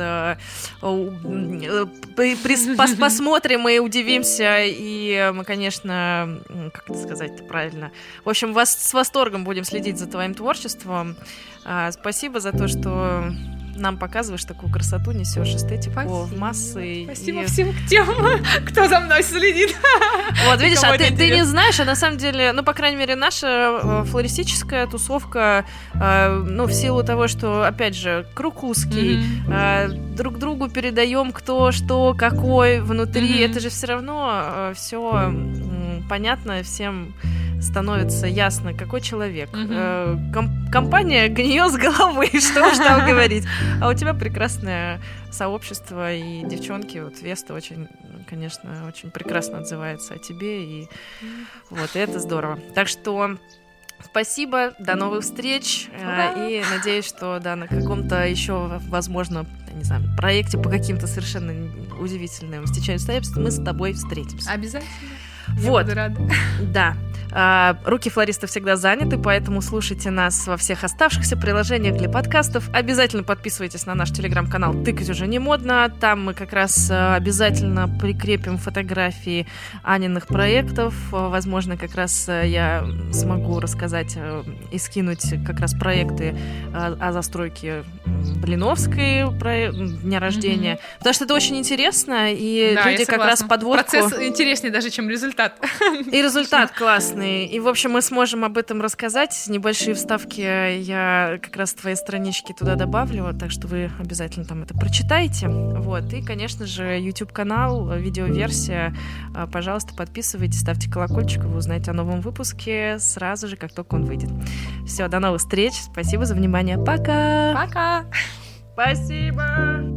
посмотрим и удивимся, и мы, конечно, как это сказать-то правильно, в общем, вас с восторгом будем следить за твоим творчеством. А, спасибо за то, что нам показываешь такую красоту, несешь эстетику спасибо. В массы. Спасибо и... всем тем, кто за мной следит. Вот, видишь, а ты, ты не знаешь, а на самом деле, ну, по крайней мере, наша флористическая тусовка, э, ну, в силу того, что, опять же, круг узкий, mm-hmm. э, друг другу передаем кто, что, какой внутри, mm-hmm. это же все равно э, все э, понятно всем. Становится ясно, какой человек. Mm-hmm. Ком- компания гниет с головы, что уж там говорить. А у тебя прекрасное сообщество, и девчонки, вот Веста очень, конечно, очень прекрасно отзывается о тебе, и mm-hmm. вот, и это здорово. Так что спасибо, до новых встреч, Ура! И надеюсь, что да, на каком-то еще, возможно, не знаю, проекте по каким-то совершенно удивительным стечению обстоятельств мы с тобой встретимся. Обязательно. Вот. Я буду рада. Да. А, руки флориста всегда заняты, поэтому слушайте нас во всех оставшихся приложениях для подкастов. Обязательно подписывайтесь на наш телеграм-канал «Тыкать уже не модно». Там мы как раз обязательно прикрепим фотографии Аниных проектов. Возможно, как раз я смогу рассказать и скинуть как раз проекты о застройке Блиновской дня рождения. Mm-hmm. Потому что это очень интересно, и да, люди как раз подводку... Процесс интереснее даже, чем результат. И результат классный. И, в общем, мы сможем об этом рассказать. Небольшие вставки я как раз твои странички туда добавлю, так что вы обязательно там это прочитайте. Вот. И, конечно же, YouTube-канал, видеоверсия. Пожалуйста, подписывайтесь, ставьте колокольчик, и вы узнаете о новом выпуске сразу же, как только он выйдет. Все, до новых встреч. Спасибо за внимание. Пока! Пока! Спасибо!